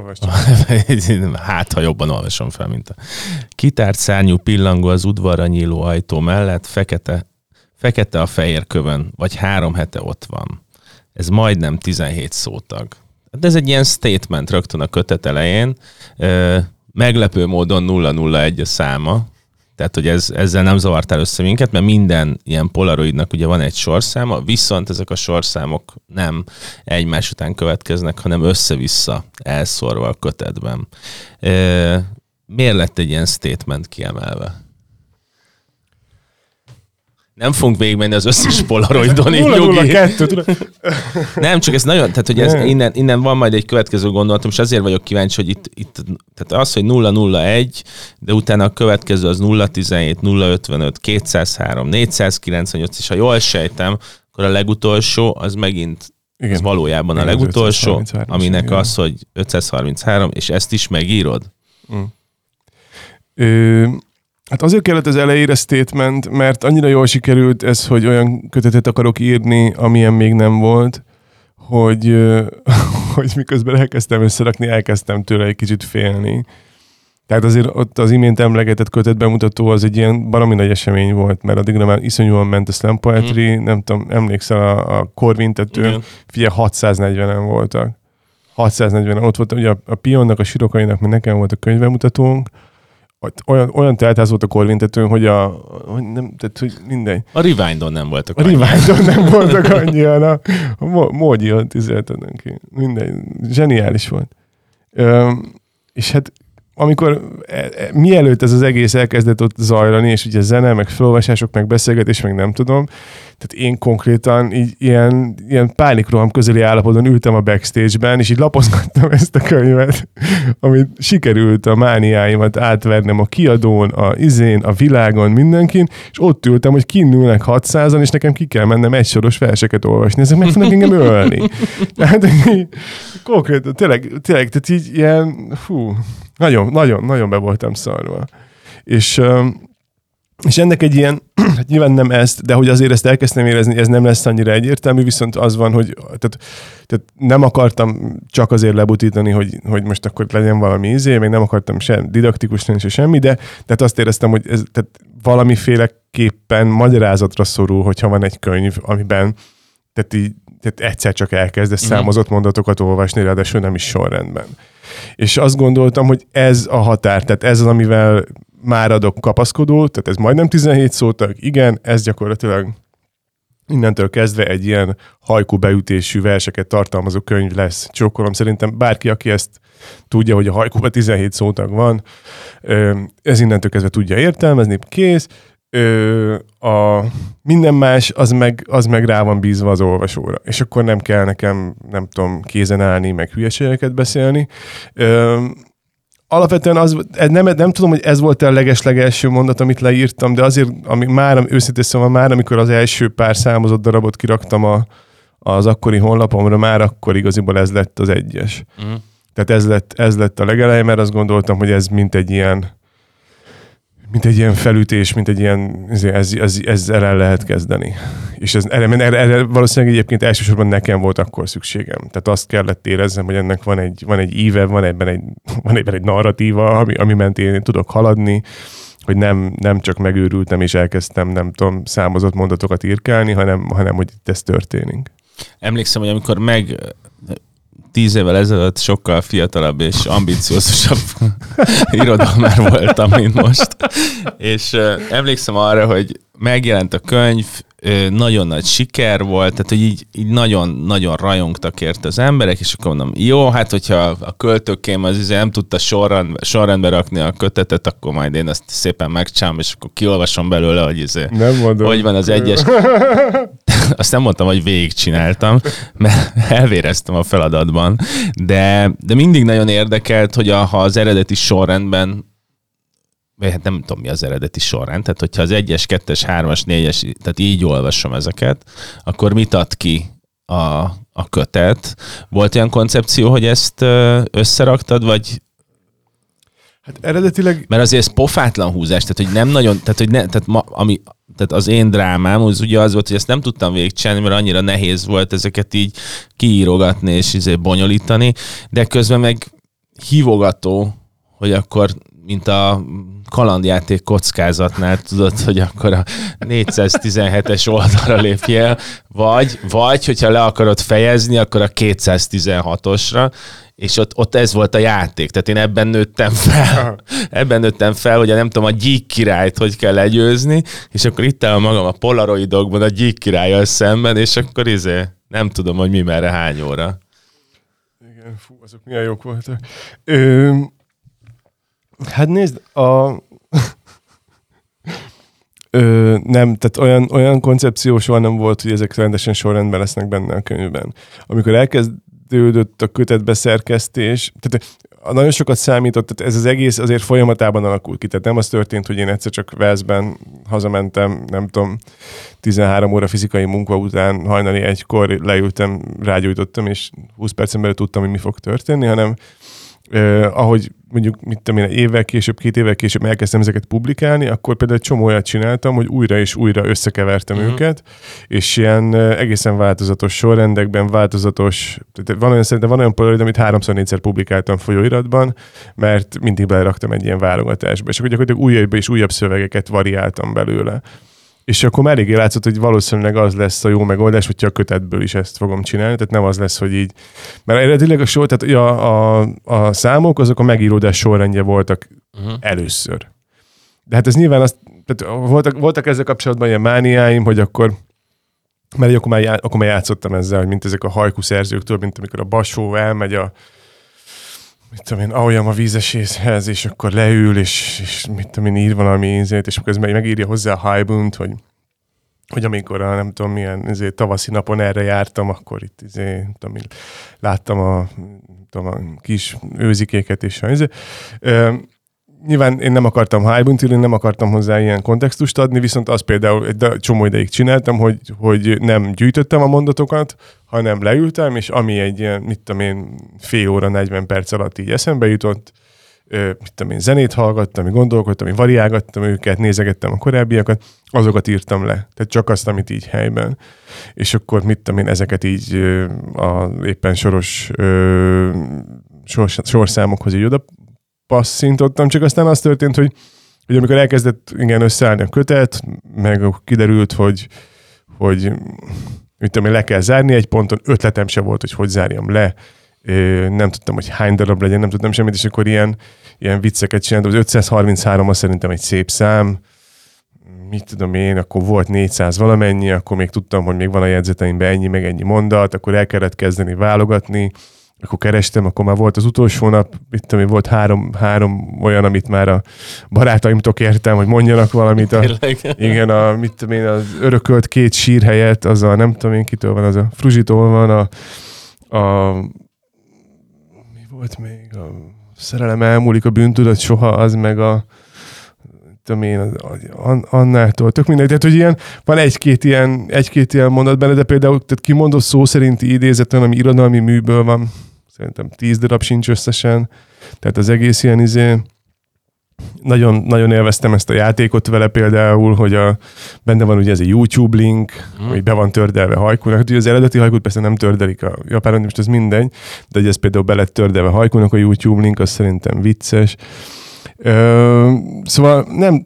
Hát, ha jobban olvasom fel, mint a kitárt szárnyú pillangó az udvarra nyíló ajtó mellett, fekete, fekete a fehér kövön, vagy három hete ott van. Ez majdnem tizenhét szótag. De ez egy ilyen statement rögtön a kötet elején. Meglepő módon nulla nulla egy a száma. Tehát, hogy ez, ezzel nem zavartál össze minket, mert minden ilyen polaroidnak ugye van egy sorszáma, viszont ezek a sorszámok nem egymás után következnek, hanem össze-vissza elszórva a kötetben. E, miért lett egy ilyen statement kiemelve? Nem fogunk végigmenni az összes polaroidon, így Nyugi. Nem, csak ez nagyon, tehát hogy ez innen, innen van majd egy következő gondolatom, és azért vagyok kíváncsi, hogy itt, itt tehát az, hogy nulla nulla egy, de utána a következő az nulla tizenhét, nulla ötvenöt, kétszázhárom, négyszázkilencvennyolc, és ha jól sejtem, akkor a legutolsó az megint igen. Az valójában igen, a legutolsó, aminek igen. Az, hogy ötszázharminchárom, és ezt is megírod? Mm. Ö... Hát azért kellett az elejére statement, mert annyira jól sikerült ez, hogy olyan kötetet akarok írni, amilyen még nem volt, hogy, hogy miközben elkezdtem összerakni, elkezdtem tőle egy kicsit félni. Tehát azért ott az imént emlegetett kötetbemutató az egy ilyen baromi nagy esemény volt, mert addigra már iszonyúan ment a slam poetry, mm. nem tudom, emlékszel a, a korvintetőn, figyelj, hatszáznegyvenen voltak. hatszáznegyvenen ott volt, ugye a, a Pionnak, a Sirokainak, meg nekem volt a könyvbemutatónk, Olyan, olyan teltház volt a korvintetőn, hogy a... Hogy nem, tehát, hogy mindegy. A Rewindon nem voltak A Rewindon nem voltak annyian. A, a Mógyion tizenötödön ki. Mindegy. Zseniális volt. Ö, és hát amikor e, e, mielőtt ez az egész elkezdett ott zajlani, és ugye zene, meg felolvasások, meg beszélgetés, meg nem tudom, tehát én konkrétan így ilyen, ilyen pánikroham közeli állapotban ültem a backstage-ben, és így lapozgattam ezt a könyvet, amit sikerült a mániáimat átvernem a kiadón, a izén, a világon, mindenkin, és ott ültem, hogy kinn ülnek hatszázan, és nekem ki kell mennem egy soros verseket olvasni. Ezek meg fognak engem ölni. Tehát így, konkrétan, tényleg, tényleg, tehát így ilyen, fú, nagyon, nagyon, nagyon be voltam szarva. És... És ennek egy ilyen, hát nyilván nem ezt, de hogy azért ezt elkezdtem érezni, ez nem lesz annyira egyértelmű, viszont az van, hogy tehát, tehát nem akartam csak azért lebutítani, hogy, hogy most akkor legyen valami izé, meg nem akartam sem didaktikus lenni, se semmi, de tehát azt éreztem, hogy ez tehát valamiféleképpen magyarázatra szorul, hogyha van egy könyv, amiben tehát így, tehát egyszer csak elkezdesz mm-hmm. számozott mondatokat olvasni, ráadásul nem is sorrendben. És azt gondoltam, hogy ez a határ, tehát ez az, amivel már adok kapaszkodót, tehát ez majdnem tizenhét szótag, igen, ez gyakorlatilag innentől kezdve egy ilyen hajkú beütésű verseket tartalmazó könyv lesz. Csókolom, szerintem bárki, aki ezt tudja, hogy a hajkúban tizenhét szótag van, ez innentől kezdve tudja értelmezni, kész. A minden más, az meg, az meg rá van bízva az olvasóra. És akkor nem kell nekem, nem tudom, kézen állni, meg hülyeségeket beszélni. Alapvetően az, nem, nem tudom, hogy ez volt a legeslegelső mondat, amit leírtam, de azért, ami már, őszintén szóval már, amikor az első pár számozott darabot kiraktam a, az akkori honlapomra, már akkor igaziból ez lett az egyes. Mm. Tehát ez lett, ez lett a legelején, mert azt gondoltam, hogy ez mint egy ilyen mint egy ilyen felütés, mint egy ilyen, ez, ez, ezzel el lehet kezdeni. És ez, erre, erre, erre valószínűleg egyébként elsősorban nekem volt akkor szükségem. Tehát azt kellett érezzem, hogy ennek van egy, van egy íve, van ebben egy, van ebben egy narratíva, ami, ami mentén én tudok haladni, hogy nem, nem csak megőrültem és elkezdtem, nem tudom, számozott mondatokat írkálni, hanem, hanem hogy itt ez történik. Emlékszem, hogy amikor meg tíz évvel ezelőtt sokkal fiatalabb és ambiciózusabb irodalmár voltam, mint most. És uh, emlékszem arra, hogy megjelent a könyv, uh, nagyon nagy siker volt, tehát hogy így, így nagyon-nagyon rajongtak érte az emberek, és akkor mondom, jó, hát hogyha a költőkém az izé nem tudta sorrend, sorrendbe rakni a kötetet, akkor majd én ezt szépen megcsinálom, és akkor kiolvasom belőle, hogy izé, nem mondom. Hogy van az egyes... Azt nem mondtam, hogy végigcsináltam, mert elvéreztem a feladatban, de, de mindig nagyon érdekelt, hogy a, ha az eredeti sorrendben, vagy hát nem tudom, mi az eredeti sorrend, tehát hogyha az egyes, kettes, hármas, négyes, tehát így olvasom ezeket, akkor mit ad ki a, a kötet? Volt olyan koncepció, hogy ezt összeraktad, vagy... Hát eredetileg... Mert azért ez pofátlan húzás, tehát hogy nem nagyon, tehát hogy ne, tehát ma, ami... Tehát az én drámám az ugye az volt, hogy ezt nem tudtam végigcsinálni, mert annyira nehéz volt ezeket így kiírogatni és izé bonyolítani, de közben meg hívogató, hogy akkor, mint a kalandjáték kockázatnál, tudod, hogy akkor a négyszáztizenhetes oldalra lépjél, vagy, vagy, hogyha le akarod fejezni, akkor a kétszáztizenhatosra, és ott, ott ez volt a játék. Tehát én ebben nőttem fel. Ebben nőttem fel, hogy a, nem tudom, a Gyík királyt hogy kell legyőzni, és akkor itt áll magam a polaroidokban a Gyík királlyal szemben, és akkor izé, nem tudom, hogy mi merre, hány óra. Igen, fú, azok milyen jók voltak. Ö, hát nézd, a... Ö, nem, tehát olyan, olyan koncepció soha nem volt, hogy ezek rendesen sorrendben lesznek benne a könyvben. Amikor elkezdődött a kötetbeszerkesztés, tehát nagyon sokat számított, tehát ez az egész azért folyamatában alakult ki. Tehát nem az történt, hogy én egyszer csak Velszben hazamentem, nem tudom, tizenhárom óra fizikai munka után hajnali egykor leültem, rágyújtottam, és húsz percen belül tudtam, hogy mi fog történni, hanem Uh, ahogy mondjuk, mit tudom én, évvel később, két évvel később elkezdtem ezeket publikálni, akkor például egy csomó olyat csináltam, hogy újra és újra összekevertem uh-huh. őket, és ilyen uh, egészen változatos sorrendekben, változatos, tehát van olyan, szerintem van olyan polaroid, amit háromszor, négyszer publikáltam folyóiratban, mert mindig beleraktam egy ilyen válogatásba, és akkor gyakorlatilag újabb és újabb szövegeket variáltam belőle. És akkor már eléggé látszott, hogy valószínűleg az lesz a jó megoldás, hogyha a kötetből is ezt fogom csinálni, tehát nem az lesz, hogy így... Mert eredetileg a sor, tehát a, a, a számok, azok a megíródás sorrendje voltak uh-huh. először. De hát ez nyilván azt, tehát voltak, voltak ezzel kapcsolatban ilyen mániáim, hogy akkor, mert akkor már, já, akkor már játszottam ezzel, hogy mint ezek a hajkú szerzőktől, mint amikor a Basó elmegy a mit tudom én, aholjam a vízeséshez, és akkor leül, és, és mit tudom én, ír valami ízét, és akkor ez megírja hozzá a Hajbunt, hogy, hogy amikor a nem tudom milyen izé, tavaszi napon erre jártam, akkor itt izé, tudom, láttam a, tudom, a kis őzikéket, és izé. Ö, nyilván én nem akartam Hajbunt írni, nem akartam hozzá ilyen kontextust adni, viszont azt például egy csomó ideig csináltam, hogy, hogy nem gyűjtöttem a mondatokat, hanem leültem, és ami egy ilyen, mit tudom én, fél óra, negyven perc alatt így eszembe jutott, mit tudom én, zenét hallgattam, gondolkodtam, variálgattam őket, nézegettem a korábbiakat, azokat írtam le. Tehát csak azt, amit így helyben. És akkor mit tudom én, ezeket így a éppen soros sors, sorszámokhoz így oda passzintottam, csak aztán az történt, hogy, hogy amikor elkezdett igen összeállni a kötet, meg kiderült, hogy, hogy mit tudom én, le kell zárni egy ponton, ötletem se volt, hogy hogy zárjam le, nem tudtam, hogy hány darab legyen, nem tudtam semmit, és akkor ilyen, ilyen vicceket csináltam. Az ötszázharminchárom az szerintem egy szép szám, mit tudom én, akkor volt négyszáz valamennyi, akkor még tudtam, hogy még van a jegyzeteimben ennyi, meg ennyi mondat, akkor el kellett kezdeni válogatni, akkor kerestem, akkor már volt az utolsó nap, mit tudom én, volt három, három olyan, amit már a barátaimtól kértem, hogy mondjanak valamit. A, igen, a, mit tudom én, az örökölt két sír helyett, az a, nem tudom én, kitől van, az a Fruzsitól van, a, a mi volt még, a szerelem elmúlik, a bűntudat soha, az meg a tudom én, az, az, Annától, tök mindegy, tehát, hogy ilyen, van egy-két ilyen, egy-két ilyen mondat benne, de például tehát kimondott szó szerinti idézeten, ami irodalmi műből van, szerintem tíz darab sincs összesen, tehát az egész ilyen izé, Nagyon, nagyon élveztem ezt a játékot vele például, hogy a, benne van ugye ez a YouTube link, hmm. hogy be van tördelve hajkúnak. Hát ugye az eredeti hajkút persze nem tördelik a japánok, most ez mindegy, de hogy ez például be lett tördelve hajkúnak a YouTube link, az szerintem vicces. Ö, szóval nem...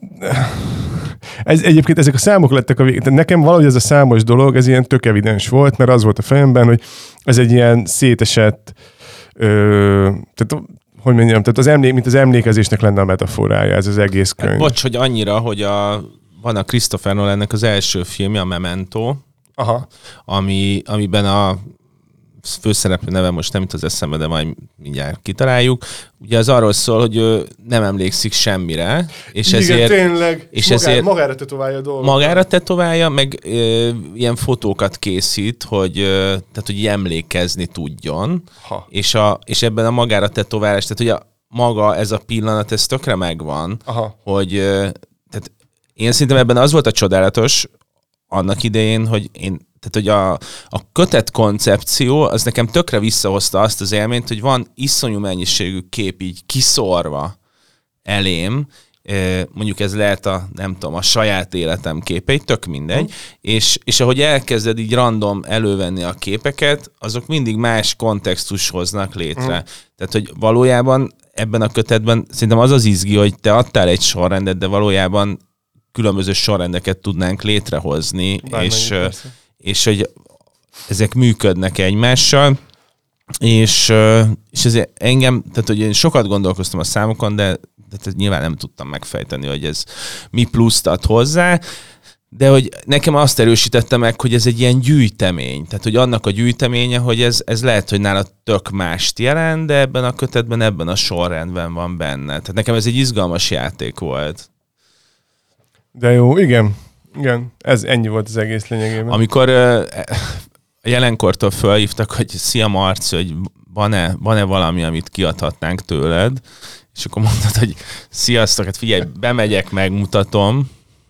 Ez, egyébként ezek a számok lettek a végén. Tehát nekem valahogy ez a számos dolog, ez ilyen tök evidens volt, mert az volt a fejemben, hogy ez egy ilyen szétesett, ö, tehát hogy mondjam, tehát az emlék, mint az emlékezésnek lenne a metaforája, ez az egész könyv. Hát, bocs, hogy annyira, hogy a, van a Christopher Nolannek az első filmje, a Memento, Aha. Ami, amiben a főszereplő neve most nem jut az eszembe, de majd mindjárt kitaláljuk. Ugye az arról szól, hogy ő nem emlékszik semmire, és igen, ezért... tényleg, és magá, ezért magára tetoválja a dolgot. Magára tetoválja, meg e, ilyen fotókat készít, hogy, e, tehát, hogy emlékezni tudjon, ha. és, a, és ebben a magára tetoválás, tehát hogy a maga, ez a pillanat, ez tökre megvan, Aha. hogy e, tehát én szerintem ebben az volt a csodálatos annak idején, hogy én tehát, hogy a, a kötet koncepció, az nekem tökre visszahozta azt az élményt, hogy van iszonyú mennyiségű kép így kiszorva elém, mondjuk ez lehet a, nem tudom, a saját életem képei, tök mindegy, mm. és, és ahogy elkezded így random elővenni a képeket, azok mindig más kontextus hoznak létre. Mm. Tehát, hogy valójában ebben a kötetben szerintem az az izgi, hogy te adtál egy sorrendet, de valójában különböző sorrendeket tudnánk létrehozni, Bármennyi és persze. és hogy ezek működnek egymással, és, és ez engem, tehát hogy én sokat gondolkoztam a számokon, de, de nyilván nem tudtam megfejteni, hogy ez mi pluszt ad hozzá, de hogy nekem azt erősítette meg, hogy ez egy ilyen gyűjtemény, tehát hogy annak a gyűjteménye, hogy ez, ez lehet, hogy nála tök mást jelent, de ebben a kötetben, ebben a sorrendben van benne. Tehát nekem ez egy izgalmas játék volt. De jó, igen. Igen, ez ennyi volt az egész lényegében. Amikor uh, a jelenkortól felhívtak, hogy szia Marci, hogy van-e, van-e valami, amit kiadhatnánk tőled, és akkor mondtad, hogy sziasztok, hát figyelj, bemegyek, megmutatom,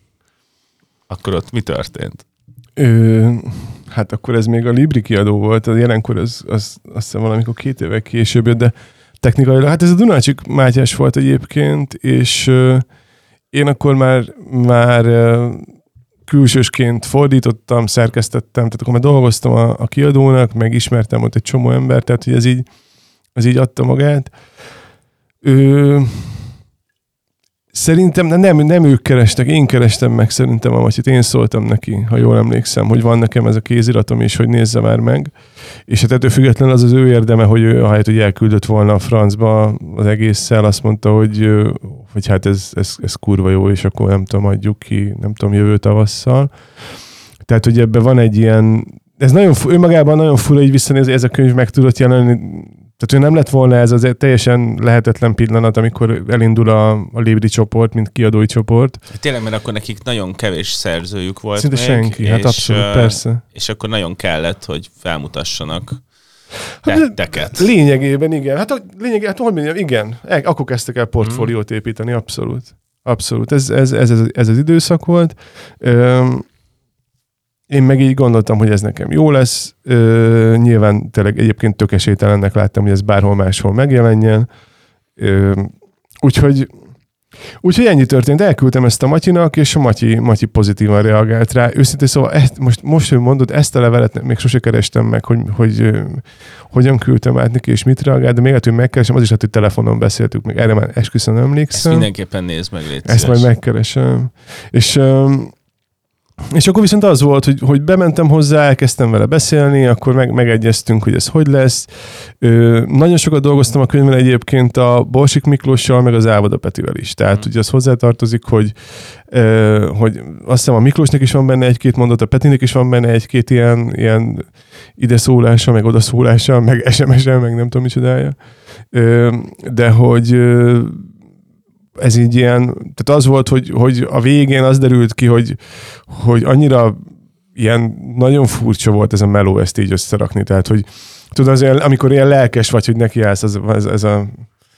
akkor ott mi történt? Ö, hát akkor ez még a Libri kiadó volt, a jelenkor az, az azt hiszem valamikor két évek később jött, de technikailag, hát ez a Dunácsik Mátyás volt egyébként, és ö, én akkor már, már ö, külsősként fordítottam, szerkesztettem, tehát akkor már dolgoztam a, a kiadónak, meg ismertem ott egy csomó embert, tehát hogy ez így, ez így adta magát. Ö, szerintem nem, nem ők kerestek, én kerestem meg szerintem a Matyit, én szóltam neki, ha jól emlékszem, hogy van nekem ez a kéziratom is, hogy nézze már meg. És hát ettől függetlenül az az ő érdeme, hogy ő, ahelyett, hogy elküldött volna a francba az egésszel, azt mondta, hogy, hogy hát ez, ez, ez kurva jó, és akkor nem tudom, adjuk ki, nem tudom, jövő tavasszal. Tehát, hogy ebben van egy ilyen, ez nagyon, önmagában nagyon fura így visszanézni, ez a könyv meg tudott jelenni. Tehát, hogy nem lett volna ez az teljesen lehetetlen pillanat, amikor elindul a, a Libri csoport, mint kiadói csoport. Tényleg, mert akkor nekik nagyon kevés szerzőjük volt. Szinte még, senki, hát és, abszolút, persze. És akkor nagyon kellett, hogy felmutassanak tetteket. Lényegében igen. Hát, lényegében, hát hogy mondjam, igen. Akkor kezdtek el portfóliót építeni, abszolút. Abszolút. Ez, ez, ez, ez, ez az időszak volt. Üm, Én meg így gondoltam, hogy ez nekem jó lesz. Ö, nyilván tényleg egyébként tök esélytelennek láttam, hogy ez bárhol máshol megjelenjen. Ö, úgyhogy, úgyhogy ennyi történt. Elküldtem ezt a Matyinak, és a Matyi, Matyi pozitívan reagált rá. Őszintén szóval ezt, most, most, hogy mondod, ezt a levelet még sose kerestem meg, hogy, hogy, hogy hogyan küldtem át neki, és mit reagált, de még lehet, hogy megkeresem, az is lehet, hogy telefonon beszéltük, meg erre már esküszöm emlékszem. Ezt mindenképpen nézd meg, légy Ezt majd megkeresem. És... És akkor viszont az volt, hogy, hogy bementem hozzá, elkezdtem vele beszélni, akkor meg, megegyeztünk, hogy ez hogy lesz. Ö, nagyon sokat dolgoztam a könyvben egyébként a Borsik Miklóssal, meg az Ávoda Petivel is. Tehát mm. ugye az hozzátartozik, hogy, ö, hogy azt hiszem a Miklósnak is van benne egy-két mondat, a Petinek is van benne egy-két ilyen, ilyen ideszólása, meg odaszólása, meg es em es-el, meg nem tudom micsodája. Ö, de hogy... Ö, ez így ilyen, tehát az volt, hogy, hogy a végén az derült ki, hogy, hogy annyira ilyen nagyon furcsa volt ez a meló ezt így összerakni. Tehát, hogy tudod, az olyan, amikor ilyen lelkes vagy, hogy nekiállsz, az, ez, ez a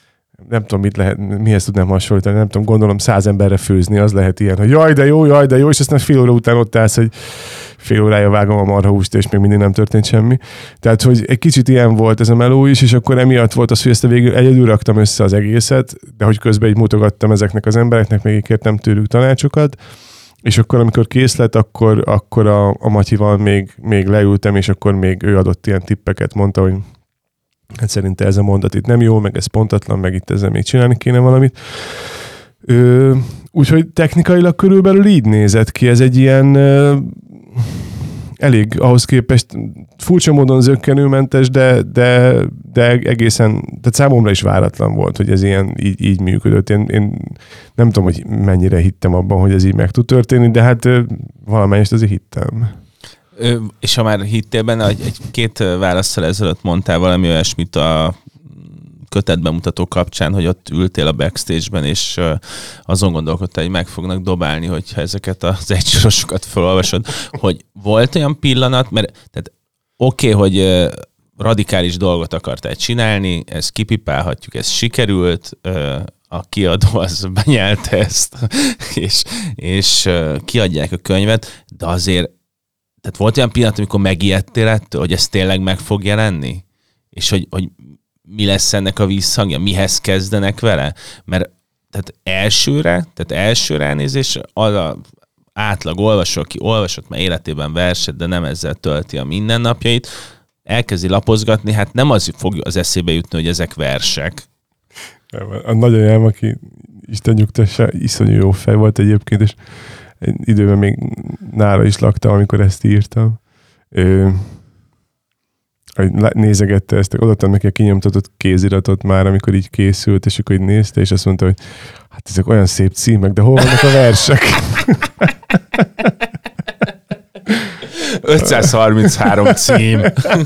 nem tudom, mit lehet, mihez tudnám hasonlítani, nem tudom, gondolom száz emberre főzni, az lehet ilyen, hogy jaj, de jó, jaj, de jó, és aztán fél óra után ott állsz, hogy fél órája vágom a marhahúst, és még mindig nem történt semmi. Tehát, hogy egy kicsit ilyen volt ez a meló is, és akkor emiatt volt az, hogy ezt a végül egyedül raktam össze az egészet, de hogy közben így mutogattam ezeknek az embereknek, még kértem tőlük tanácsokat, és akkor, amikor kész lett, akkor, akkor a, a Matyival még, még leültem, és akkor még ő adott ilyen tippeket, mondta, hogy hát szerinte ez a mondat itt nem jó, meg ez pontatlan, meg itt ezzel még csinálni kéne valamit. Ö, úgyhogy technikailag körülbelül így nézett ki. Ez egy ilyen ö, elég ahhoz képest furcsa módon zökkenőmentes, de, de, de egészen, tehát számomra is váratlan volt, hogy ez ilyen így, így működött. Én, én nem tudom, hogy mennyire hittem abban, hogy ez így meg tud történni, de hát valamelyest azért hittem. Ö, és ha már hittél benne, egy, egy két válasszal ezelőtt mondtál valami olyasmit a kötetbemutató kapcsán, hogy ott ültél a backstage-ben, és azon gondolkodtál, hogy meg fognak dobálni, hogyha ezeket az egysorosokat felolvasod, hogy volt olyan pillanat, mert tehát oké, okay, hogy radikális dolgot akartál csinálni, ezt kipipálhatjuk, ez sikerült, a kiadó az benyelte ezt, és, és kiadják a könyvet, de azért tehát volt olyan pillanat, amikor megijedtél ettől, hogy ez tényleg meg fog jelenni? És hogy, hogy mi lesz ennek a visszhangja? Mihez kezdenek vele? Mert tehát elsőre, tehát első ránézés az a átlag olvasó, aki olvasott már életében verset, de nem ezzel tölti a mindennapjait, elkezdi lapozgatni, hát nem az fog az eszébe jutni, hogy ezek versek. A nagyanyám, aki Isten nyugtassa, iszonyú jó fej volt egyébként, és egy időben még nála is laktam, amikor ezt írtam. Ö, nézegette ezt, odaadtam neki a kinyomtatott kéziratot már, amikor így készült, és akkor így nézte, és azt mondta, hogy hát ezek olyan szép címek, de hol vannak a versek? ötszázharminchárom cím.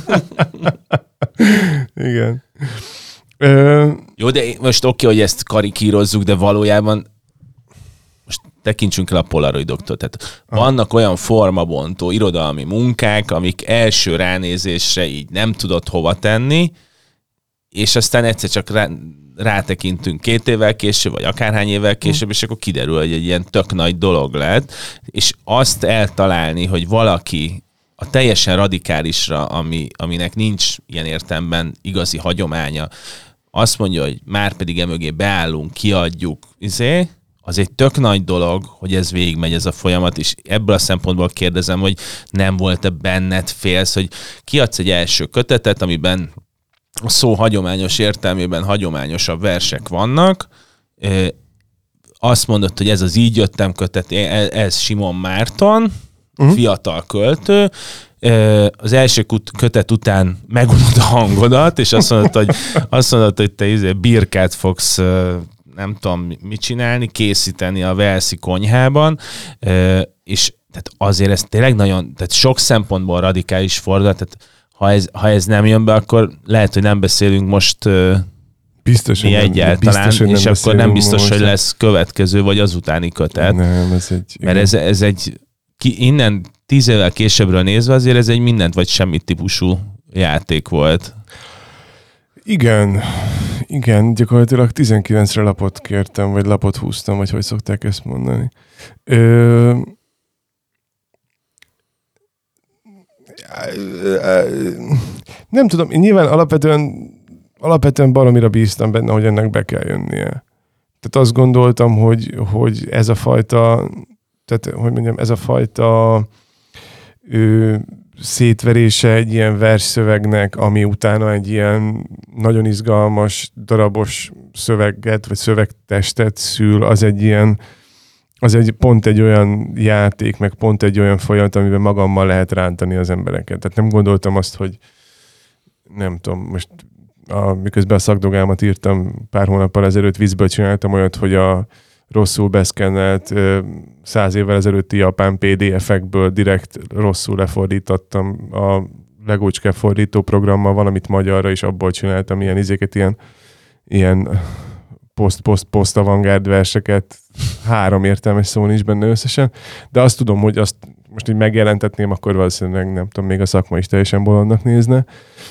Igen. Ö... Jó, de most oké, okay, hogy ezt karikírozzuk, de valójában most tekintsünk el a polaroidoktól. Tehát ah. vannak olyan formabontó irodalmi munkák, amik első ránézésre így nem tudod hova tenni, és aztán egyszer csak rá, rátekintünk két évvel később, vagy akárhány évvel később, és akkor kiderül, hogy egy ilyen tök nagy dolog lett, és azt eltalálni, hogy valaki a teljesen radikálisra, ami, aminek nincs ilyen értelemben igazi hagyománya, azt mondja, hogy már pedig emögé beállunk, kiadjuk, izé, az egy tök nagy dolog, hogy ez végigmegy ez a folyamat, és ebből a szempontból kérdezem, hogy nem volt-e benned félsz, hogy kiadsz egy első kötetet, amiben a szó hagyományos értelmében hagyományosabb versek vannak, azt mondod, hogy ez az Így jöttem kötet, ez Simon Márton, uh-huh. fiatal költő, az első kötet után megunod a hangodat, és azt mondod, hogy, azt mondod, hogy te izé birkát fogsz, nem tudom mit csinálni, készíteni a Velszi konyhában, és tehát azért ez tényleg nagyon, tehát sok szempontból radikális fordulat, tehát ha ez, ha ez nem jön be, akkor lehet, hogy nem beszélünk most biztos, mi nem, egyáltalán, biztos, és nem akkor nem biztos, most. hogy lesz következő, vagy az utáni kötet. Nem, ez egy... Mert ez, ez egy, ki, innen tíz évvel későbbről nézve azért ez egy mindent vagy semmit típusú játék volt. Igen, igen, gyakorlatilag tizenkilencre lapot kértem, vagy lapot húztam, vagy hogy szokták ezt mondani. Ö... Nem tudom, nyilván alapvetően, alapvetően baromira bíztam benne, hogy ennek be kell jönnie. Tehát azt gondoltam, hogy, hogy ez a fajta, tehát, hogy mondjam, ez a fajta ö, szétverése egy ilyen versszövegnek, ami utána egy ilyen nagyon izgalmas, darabos szöveget, vagy szövegtestet szül, az egy ilyen, az egy pont egy olyan játék, meg pont egy olyan folyamat, amiben magammal lehet rántani az embereket. Tehát nem gondoltam azt, hogy nem tudom, most a, miközben a szakdogámat írtam pár hónappal ezelőtt, vízből csináltam olyat, hogy a rosszul beszkennelt száz évvel ezelőtti japán pé dé ef-ekből direkt rosszul lefordítottam a Legócske fordító programmal valamit magyarra, és abból csináltam ilyen izéket, ilyen, ilyen post-post-post avantgárd verseket. Három értelmes szó nincs benne összesen, de azt tudom, hogy azt most így megjelentetném, akkor valószínűleg nem tudom, még a szakma is teljesen bolondnak nézne.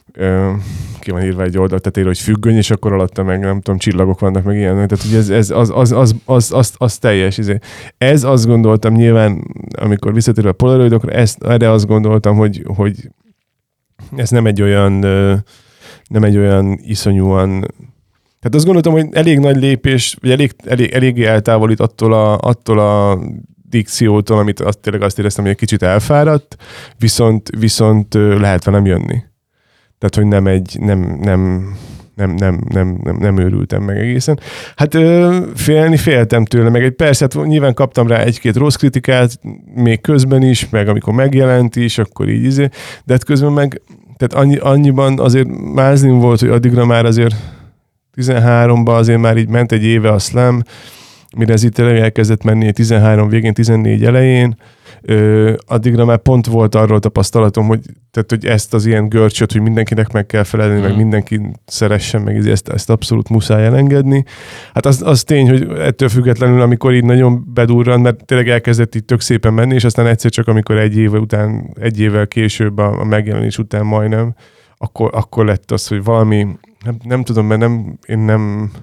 ö, ki van írva egy oldal tetejére, hogy függöny, és akkor alatta meg nem tudom, csillagok vannak, meg ilyen. Tehát ugye ez, ez az, az, az, az, az, az teljes. Ez azt gondoltam nyilván, amikor visszatérve a polaroidokra, ezt, erre azt gondoltam, hogy, hogy ez nem egy olyan nem egy olyan iszonyúan... Tehát azt gondoltam, hogy elég nagy lépés, vagy elég, elég, eléggé eltávolít attól a, attól a dikciótól, amit azt, tényleg azt éreztem, hogy egy kicsit elfáradt, viszont, viszont lehet velem jönni. Tehát, hogy nem egy, nem, nem, nem, nem, nem, nem, nem őrültem meg egészen. Hát félni féltem tőle, meg egy persze, hát nyilván kaptam rá egy-két rossz kritikát, még közben is, meg amikor megjelent is, akkor így izé, de hát közben meg, tehát annyi, annyiban azért mázlim volt, hogy addigra már azért tizenháromban azért már így ment egy éve a slam, mire ez itt elkezdett menni tizenhárom végén, tizennégy elején, ö, addigra már pont volt arról tapasztalatom, hogy, tehát, hogy ezt az ilyen görcsöt, hogy mindenkinek meg kell felelni, mm. meg mindenki szeressen, meg ezt, ezt abszolút muszáj elengedni. Hát az, az tény, hogy ettől függetlenül, amikor így nagyon bedurran, mert tényleg elkezdett így tök szépen menni, és aztán egyszer csak, amikor egy év után, egy évvel később a, a megjelenés után majdnem, akkor, akkor lett az, hogy valami, nem, nem tudom, mert nem, én nem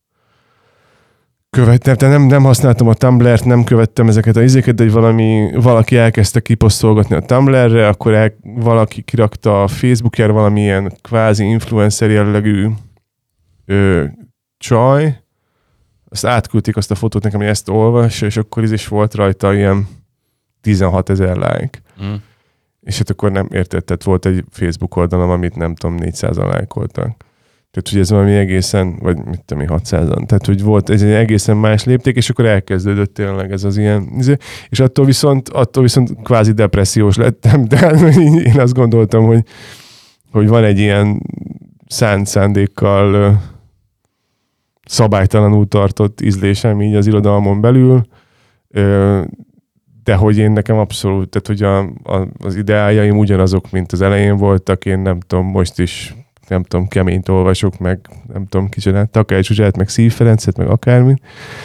követtem, nem, nem használtam a Tumblr-t, nem követtem ezeket a izéket, de hogy valami, valaki elkezdte kiposztolgatni a Tumblr-re, akkor el, valaki kirakta a Facebookjára valamilyen kvázi influencer jellegű ö, csaj, azt átküldték azt a fotót nekem, hogy ezt olvas, és akkor is, is volt rajta ilyen tizenhat ezer like. Mm. És hát akkor nem érted, tehát volt egy Facebook oldalom, amit nem tudom, négyszázan lájkoltak. Tehát, hogy ez valami egészen, vagy mit tudom én, hatszázan. Tehát, hogy volt ez egy egészen más lépték, és akkor elkezdődött tényleg ez az ilyen, és attól viszont, attól viszont kvázi depressziós lettem, de én azt gondoltam, hogy, hogy van egy ilyen szánt szándékkal szabálytalanul tartott ízlésem így az irodalmon belül, de hogy én nekem abszolút, tehát hogy a, a, az ideájaim ugyanazok, mint az elején voltak, én nem tudom, most is nem tudom, keményt olvasok, meg nem tudom, kicsit Takács Zsuzsát, meg Szív Ferencet, meg akármit,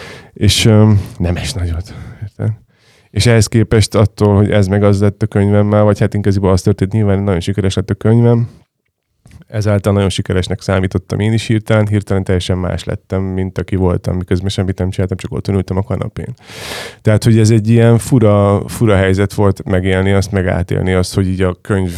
és um, nem es nagyot. Érted? És ehhez képest attól, hogy ez meg az lett a könyvemmel, vagy hát inkább az történt, nyilván nagyon sikeres lett a könyvem, ezáltal nagyon sikeresnek számítottam én is hirtelen, hirtelen teljesen más lettem, mint aki voltam, miközben semmit nem csináltam, csak ott ültem a kanapén. Tehát, hogy ez egy ilyen fura, fura helyzet volt megélni azt, meg átélni azt, hogy így a könyv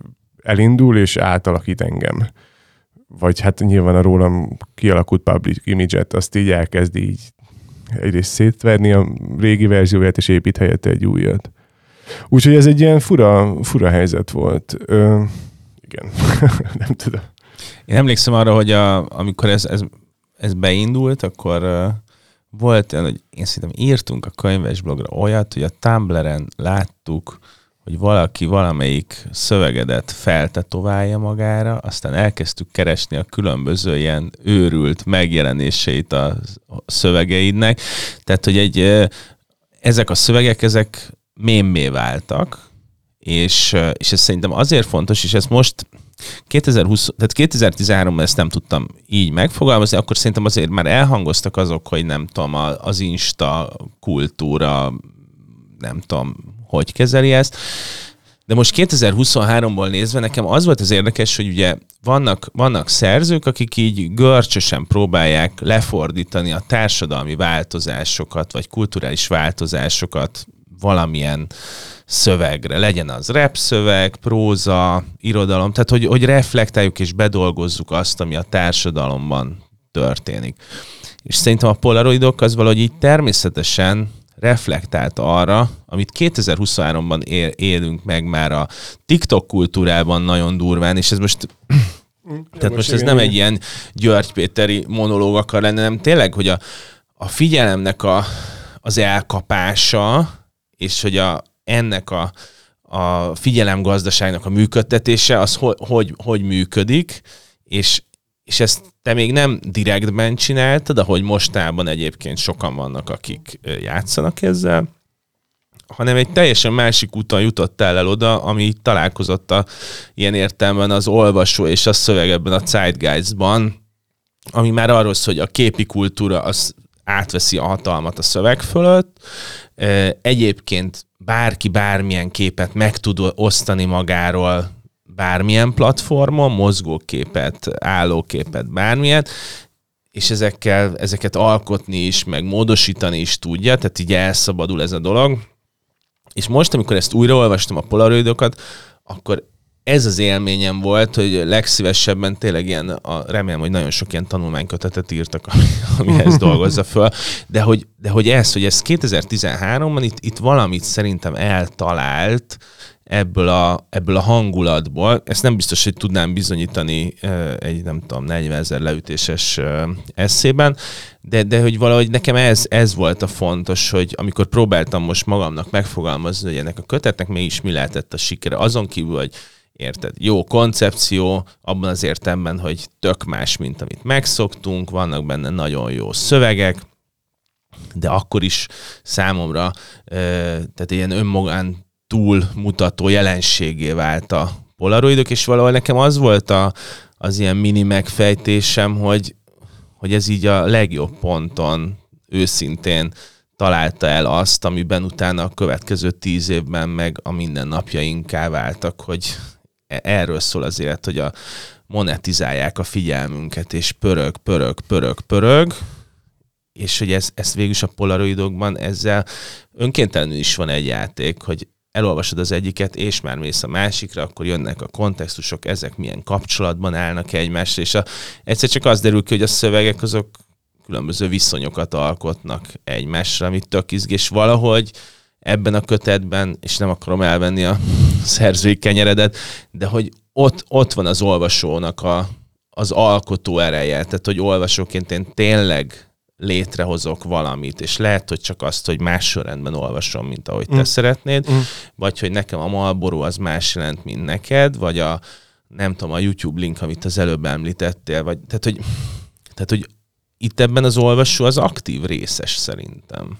elindul és átalakít engem. Vagy hát nyilván a rólam kialakult public image-et, azt így elkezd így egyrészt szétverni a régi verzióját, és épít helyette egy újat. Úgyhogy ez egy ilyen fura, fura helyzet volt. Ö, igen, nem tudom. Én emlékszem arra, hogy a, amikor ez, ez, ez beindult, akkor uh, volt olyan, hogy én szerintem írtunk a könyves blogra olyat, hogy a Tumblr-en láttuk, hogy valaki valamelyik szövegedet feltetoválja magára, aztán elkezdtük keresni a különböző ilyen őrült megjelenéseit a szövegeidnek. Tehát, hogy egy, ezek a szövegek, ezek mémmé váltak, és, és ez szerintem azért fontos, és ezt most kétezer-húsz, tehát kétezer-tizenháromban ezt nem tudtam így megfogalmazni, akkor szerintem azért már elhangoztak azok, hogy nem tudom, az Insta kultúra, nem tudom, hogy kezeli ezt. De most kétezer-huszonháromból nézve nekem az volt az érdekes, hogy ugye vannak, vannak szerzők, akik így görcsösen próbálják lefordítani a társadalmi változásokat, vagy kulturális változásokat valamilyen szövegre. Legyen az rap szöveg, próza, irodalom, tehát hogy, hogy reflektáljuk és bedolgozzuk azt, ami a társadalomban történik. És szerintem a polaroidok az valahogy így természetesen reflektált arra, amit kétezer-huszonháromban él, élünk meg már a TikTok kultúrában nagyon durván, és ez most, tehát most ez nem egy ilyen György Péteri monológ akar lenni, hanem tényleg, hogy a, a figyelemnek a, az elkapása, és hogy a, ennek a, a figyelemgazdaságnak a működtetése, az ho, hogy, hogy működik, és és ezt te még nem direktben csináltad, ahogy mostában egyébként sokan vannak, akik játszanak ezzel, hanem egy teljesen másik úton jutottál el oda, ami találkozott a, ilyen értelemben az olvasó és a szöveg ebben a Zeitgeistban, ami már arról szól, hogy a képi kultúra az átveszi a hatalmat a szöveg fölött. Egyébként bárki bármilyen képet meg tud osztani magáról, bármilyen platformon, mozgóképet, állóképet, bármilyen, és ezekkel, ezeket alkotni is, meg módosítani is tudja, tehát így elszabadul ez a dolog. És most, amikor ezt újraolvastam a polaroidokat, akkor ez az élményem volt, hogy legszívesebben tényleg ilyen, a, remélem, hogy nagyon sok ilyen tanulmánykötetet írtak, ami, amihez dolgozza föl, de hogy, de hogy ez, hogy ez kétezer-tizenháromban itt, itt valamit szerintem eltalált ebből a, ebből a hangulatból. Ezt nem biztos, hogy tudnám bizonyítani egy, nem tudom, negyvenezer leütéses esszében, de, de hogy valahogy nekem ez, ez volt a fontos, hogy amikor próbáltam most magamnak megfogalmazni, hogy ennek a kötetnek mégis mi lehetett a sikere, azon kívül, hogy érted, jó koncepció, abban az értelemben, hogy tök más, mint amit megszoktunk, vannak benne nagyon jó szövegek, de akkor is számomra, tehát ilyen önmagán túlmutató jelenségé vált a polaroidok, és valahol nekem az volt a, az ilyen mini megfejtésem, hogy, hogy ez így a legjobb ponton őszintén találta el azt, amiben utána a következő tíz évben meg a mindennapjainká váltak, hogy erről szól az élet, hogy a monetizálják a figyelmünket, és pörög, pörög, pörög, pörög, és hogy ez, ezt végülis a polaroidokban ezzel önkéntelenül is van egy játék, hogy elolvasod az egyiket, és már mész a másikra, akkor jönnek a kontextusok, ezek milyen kapcsolatban állnak egymásra, és a, egyszer csak az derül ki, hogy a szövegek azok különböző viszonyokat alkotnak egymásra, amit tök izgés valahogy ebben a kötetben, és nem akarom elvenni a szerzői kenyeredet, de hogy ott, ott van az olvasónak a, az alkotó ereje, tehát hogy olvasóként én tényleg létrehozok valamit, és lehet, hogy csak azt, hogy más sorrendben olvasom, mint ahogy te mm. szeretnéd, mm. vagy hogy nekem a Marlboro az más jelent, mint neked, vagy a, nem tudom, a YouTube link, amit az előbb említettél, vagy, tehát, hogy, tehát, hogy itt ebben az olvasó az aktív részes szerintem.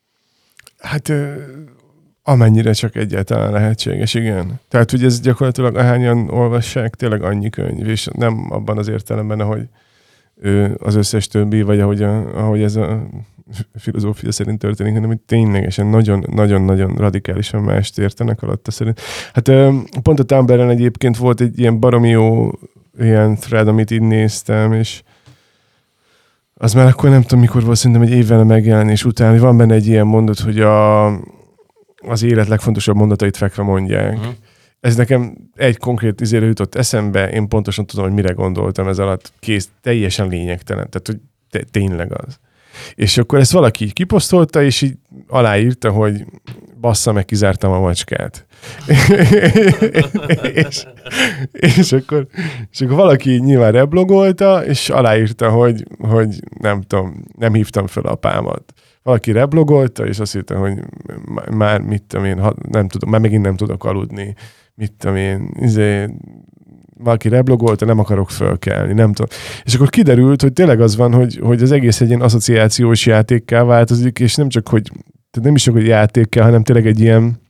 Hát amennyire csak egyáltalán lehetséges, igen. Tehát, hogy ez gyakorlatilag ahányan olvassák, tényleg annyi könyv, és nem abban az értelemben, ahogy az összes többi, vagy ahogy, a, ahogy ez a filozófia szerint történik, hanem hogy ténylegesen nagyon-nagyon radikálisan mást értenek alatta szerint. Hát pont a Tumblr-en egyébként volt egy ilyen baromi jó ilyen thread, amit így néztem, és az már akkor nem tudom, mikor volt, szerintem egy évvel a megjelenés után, hogy van benne egy ilyen mondat, hogy a, az élet legfontosabb mondatait fekve mondják. Uh-huh. Ez nekem egy konkrét izére jutott eszembe, én pontosan tudom, hogy mire gondoltam ez alatt, kész, teljesen lényegtelen, tehát hogy te, tényleg az. És akkor ezt valaki így kiposztolta, és így aláírta, hogy bassza meg, kizártam a macskát. és, és, akkor, és akkor valaki nyilván reblogolta, és aláírta, hogy, hogy nem tudom, nem hívtam fel apámat. Valaki reblogolta, és azt írta, hogy már mit tudom én, nem tudom, már megint nem tudok aludni, mit tudom én, izé, valaki reblogolta, nem akarok fölkelni, nem tudom. És akkor kiderült, hogy tényleg az van, hogy, hogy az egész egy ilyen asszociációs játékká változik, és nem csak, hogy tehát nem is csak, hogy játékká, hanem tényleg egy ilyen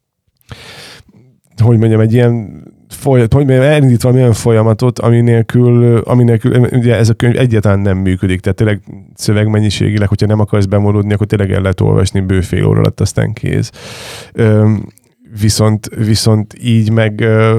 hogy mondjam, egy ilyen folyat, hogy mondjam, elindít valamilyen folyamatot, ami nélkül, ami nélkül, ugye ez a könyv egyáltalán nem működik, tehát tényleg szövegmennyiségileg, hogyha nem akarsz bemolódni, akkor tényleg el lehet olvasni bő fél óra alatt, aztán kész. Üm, viszont, viszont így meg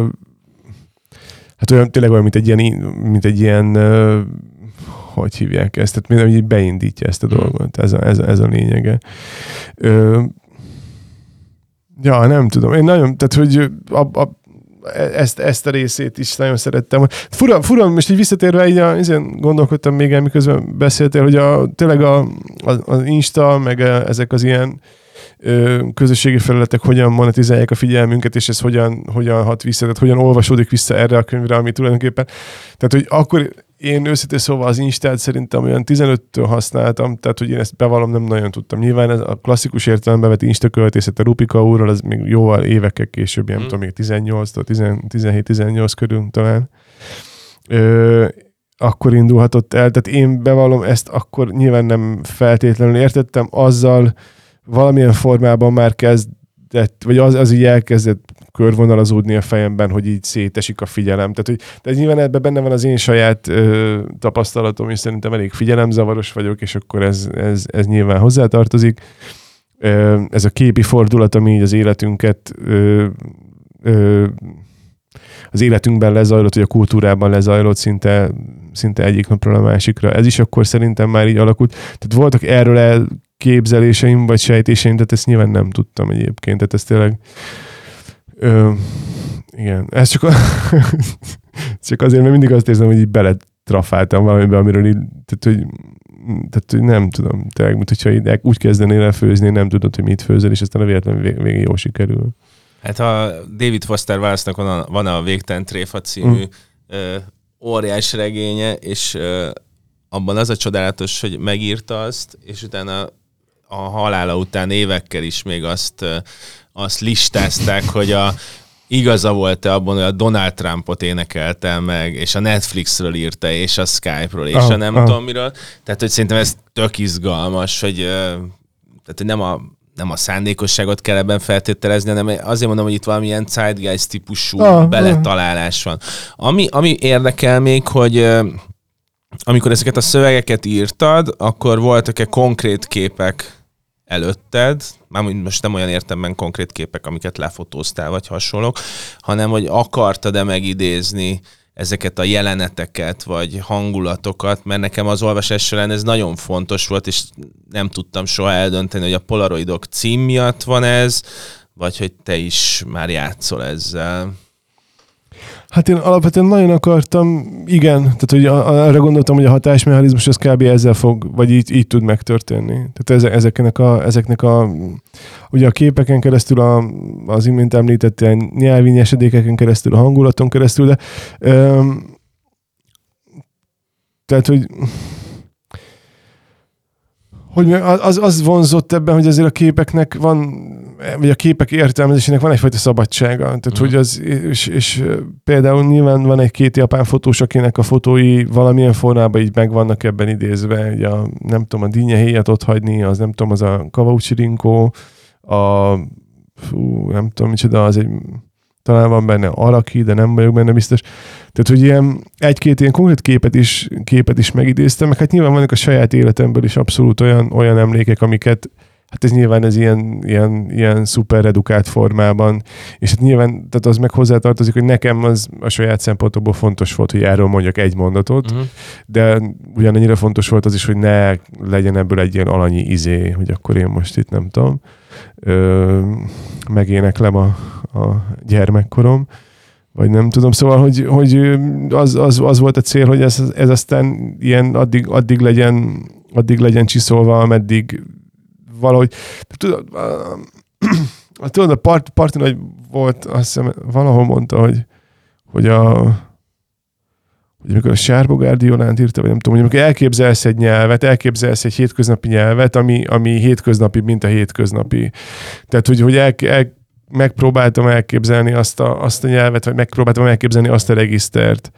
hát olyan, tényleg olyan, mint egy ilyen, mint egy ilyen hogy hívják ezt, tehát minden, hogy beindítja ezt a dolgot, ez a, ez a, ez a lényege. Üm, ja, nem tudom, én nagyon, tehát hogy a, a Ezt, ezt a részét is nagyon szerettem. Fura, fura most így visszatérve, így a, így gondolkodtam még el, miközben beszéltél, hogy a, tényleg a, a, az Insta, meg a, ezek az ilyen ö, közösségi felületek hogyan monetizálják a figyelmünket, és ez hogyan, hogyan hat vissza, tehát hogyan olvasódik vissza erre a könyvre, ami tulajdonképpen. Tehát, hogy akkor én őszintén szóval az Instát szerintem olyan tizenöttől használtam, tehát, hogy én ezt bevallom, nem nagyon tudtam. Nyilván ez a klasszikus értelemben vett Insta költészet a Rupika úrral, az még jóval évekkel később, nem mm. tudom, még tizennyolctól tizenhét tizennyolc körül talán. Ö, akkor indulhatott el, tehát én bevallom, ezt akkor nyilván nem feltétlenül értettem, azzal valamilyen formában már kezdett, vagy az, az így elkezdett körvonalazódni a fejemben, hogy így szétesik a figyelem. Tehát, hogy, tehát nyilván ebben benne van az én saját ö, tapasztalatom, és szerintem elég figyelemzavaros vagyok, és akkor ez, ez, ez nyilván hozzátartozik. Ö, ez a képi fordulat, ami így az életünket ö, ö, az életünkben lezajlott, vagy a kultúrában lezajlott szinte, szinte egyik napról a másikra. Ez is akkor szerintem már így alakult. Tehát voltak erről elképzeléseim, vagy sejtéseim, tehát ezt nyilván nem tudtam egyébként. Tehát ez tényleg ö, igen, ez csak, a, csak azért, mert mindig azt érzem, hogy így beletrafáltam valamiben, amiről így, tehát, hogy, tehát, hogy nem tudom, tényleg, mint hogyha így úgy kezdenél el főzni, nem tudod, hogy mit főzel, és aztán a véletlen végén jól sikerül. Hát a David Foster Wallace-nak van a, van a Végtelen tréfa című mm. ö, óriás regénye, és ö, abban az a csodálatos, hogy megírta azt, és utána a halála után évekkel is még azt, ö, azt listázták, hogy a igaza volt-e abban, hogy a Donald Trumpot énekelte meg, és a Netflixről írta, és a Skype-ról, és oh, a nem oh. tudom miről. Tehát, hogy szerintem ez tök izgalmas, hogy, ö, tehát, hogy nem a nem a szándékosságot kell ebben feltételezni, hanem azért mondom, hogy itt valamilyen zeitgeist típusú ah, beletalálás van. Ami, ami érdekel még, hogy amikor ezeket a szövegeket írtad, akkor voltak-e konkrét képek előtted, már most nem olyan értelemben konkrét képek, amiket lefotóztál, vagy hasonlók, hanem hogy akartad-e megidézni ezeket a jeleneteket, vagy hangulatokat, mert nekem az olvasás során ez nagyon fontos volt, és nem tudtam soha eldönteni, hogy a Polaroidok cím miatt van ez, vagy hogy te is már játszol ezzel. Hát én alapvetően nagyon akartam, igen, tehát hogy arra gondoltam, hogy a hatásmechanizmus az kb. Ezzel fog, vagy így, így tud megtörténni. Tehát ezeknek a, ezeknek a, ugye a képeken keresztül, a, az imént említett ilyen nyelvi esedékeken keresztül, a hangulaton keresztül, de öm, tehát, hogy hogy az, az vonzott ebben, hogy azért a képeknek van, vagy a képek értelmezésének van egyfajta szabadsága. Tehát, mm. hogy az, és, és például nyilván van egy-két japán fotós, akinek a fotói valamilyen formában így meg vannak ebben idézve, hogy a, nem tudom, a dinnyehéjat ott hagyni, az nem tudom, az a Kawauchi Rinko, a fú, nem tudom, micsoda, az egy, talán van benne Araki, de nem vagyok benne biztos. Tehát, hogy ilyen egy-két ilyen konkrét képet is, képet is megidéztem, meg hát nyilván vannak a saját életemből is abszolút olyan, olyan emlékek, amiket, hát ez nyilván ez ilyen, ilyen, ilyen szuper redukált formában, és hát nyilván, tehát az meg hozzátartozik, hogy nekem az a saját szempontokból fontos volt, hogy erről mondjak egy mondatot, uh-huh. de ugyanannyira fontos volt az is, hogy ne legyen ebből egy ilyen alanyi izé, hogy akkor én most itt nem tudom, ö, megéneklem a, a gyermekkorom, vagy nem tudom, szóval, hogy, hogy az, az, az volt a cél, hogy ez, ez aztán ilyen addig, addig, legyen, addig legyen csiszolva, ameddig valahogy, tudod, tudod a part, partin, hogy volt, azt hiszem, valahol mondta, hogy, hogy a hogy amikor a Sárbogárdi Jolánt írta, vagy nem tudom, hogy amikor elképzelsz egy nyelvet, elképzelsz egy hétköznapi nyelvet, ami, ami hétköznapi, mint a hétköznapi. Tehát, hogy, hogy el, el, megpróbáltam elképzelni azt a, azt a nyelvet, vagy megpróbáltam elképzelni azt a regisztert.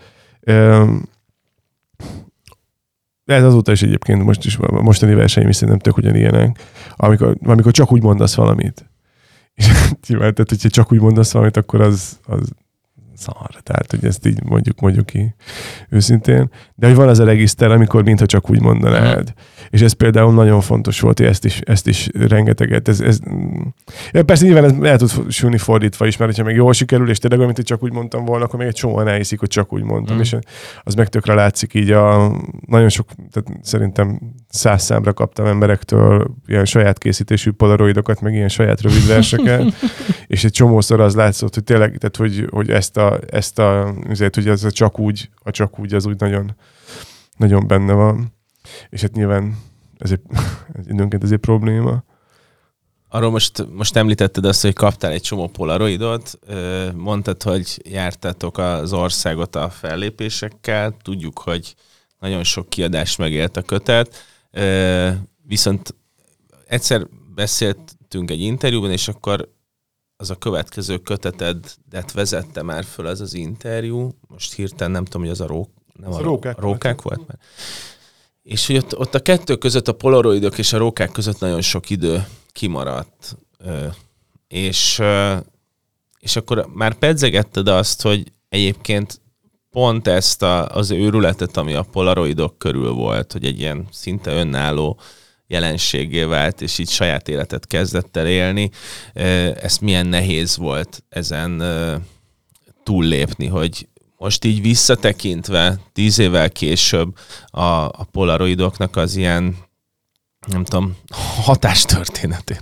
De ez azóta is egyébként most is, mostani versenyim is szerintem tök ugyanilyenek, amikor, amikor csak úgy mondasz valamit. És nyilván, tehát, hogyha csak úgy mondasz valamit, akkor az, az szar. Tehát, hogy ezt így mondjuk, mondjuk ki őszintén. De hogy van az a regiszter, amikor mintha csak úgy mondanád. És ez például nagyon fontos volt, hogy ezt is, ezt is rengeteget. Ez, ez... Ja, persze nyilván ez el tud sülni fordítva is, mert ha még jól sikerül, és tényleg, mint csak úgy mondtam volna, akkor még egy csomóan elhiszik, hogy csak úgy mondtam. Mm. És az meg tökre látszik így a nagyon sok, tehát szerintem száz számra kaptam emberektől ilyen saját készítésű polaroidokat, meg ilyen saját rövid verseket, és egy csomószor az látszott, hogy tényleg, tehát hogy, hogy ezt a, ezt a, azért, hogy ez a csak úgy, a csak úgy, az úgy nagyon, nagyon benne van. És hát nyilván ez, egy, ez időnként ez egy probléma. Arról most, most említetted azt, hogy kaptál egy csomó polaroidot, mondtad, hogy jártátok az országot a fellépésekkel, tudjuk, hogy nagyon sok kiadást megélt a kötet, viszont egyszer beszéltünk egy interjúban, és akkor az a következő kötetedet vezette már föl az az interjú, most hirtelen nem tudom, hogy az a, rók, nem a rókák, rókák volt. Mert. És hogy ott, ott a kettő között, a polaroidok és a rókák között nagyon sok idő kimaradt. És, és akkor már pedzegetted azt, hogy egyébként pont ezt a, az őrületet, ami a polaroidok körül volt, hogy egy ilyen szinte önálló jelenségé vált, és így saját életet kezdett el élni. Ez milyen nehéz volt ezen túllépni, hogy most így visszatekintve tíz évvel később a, a polaroidoknak az ilyen, nem tudom, hatástörténetét.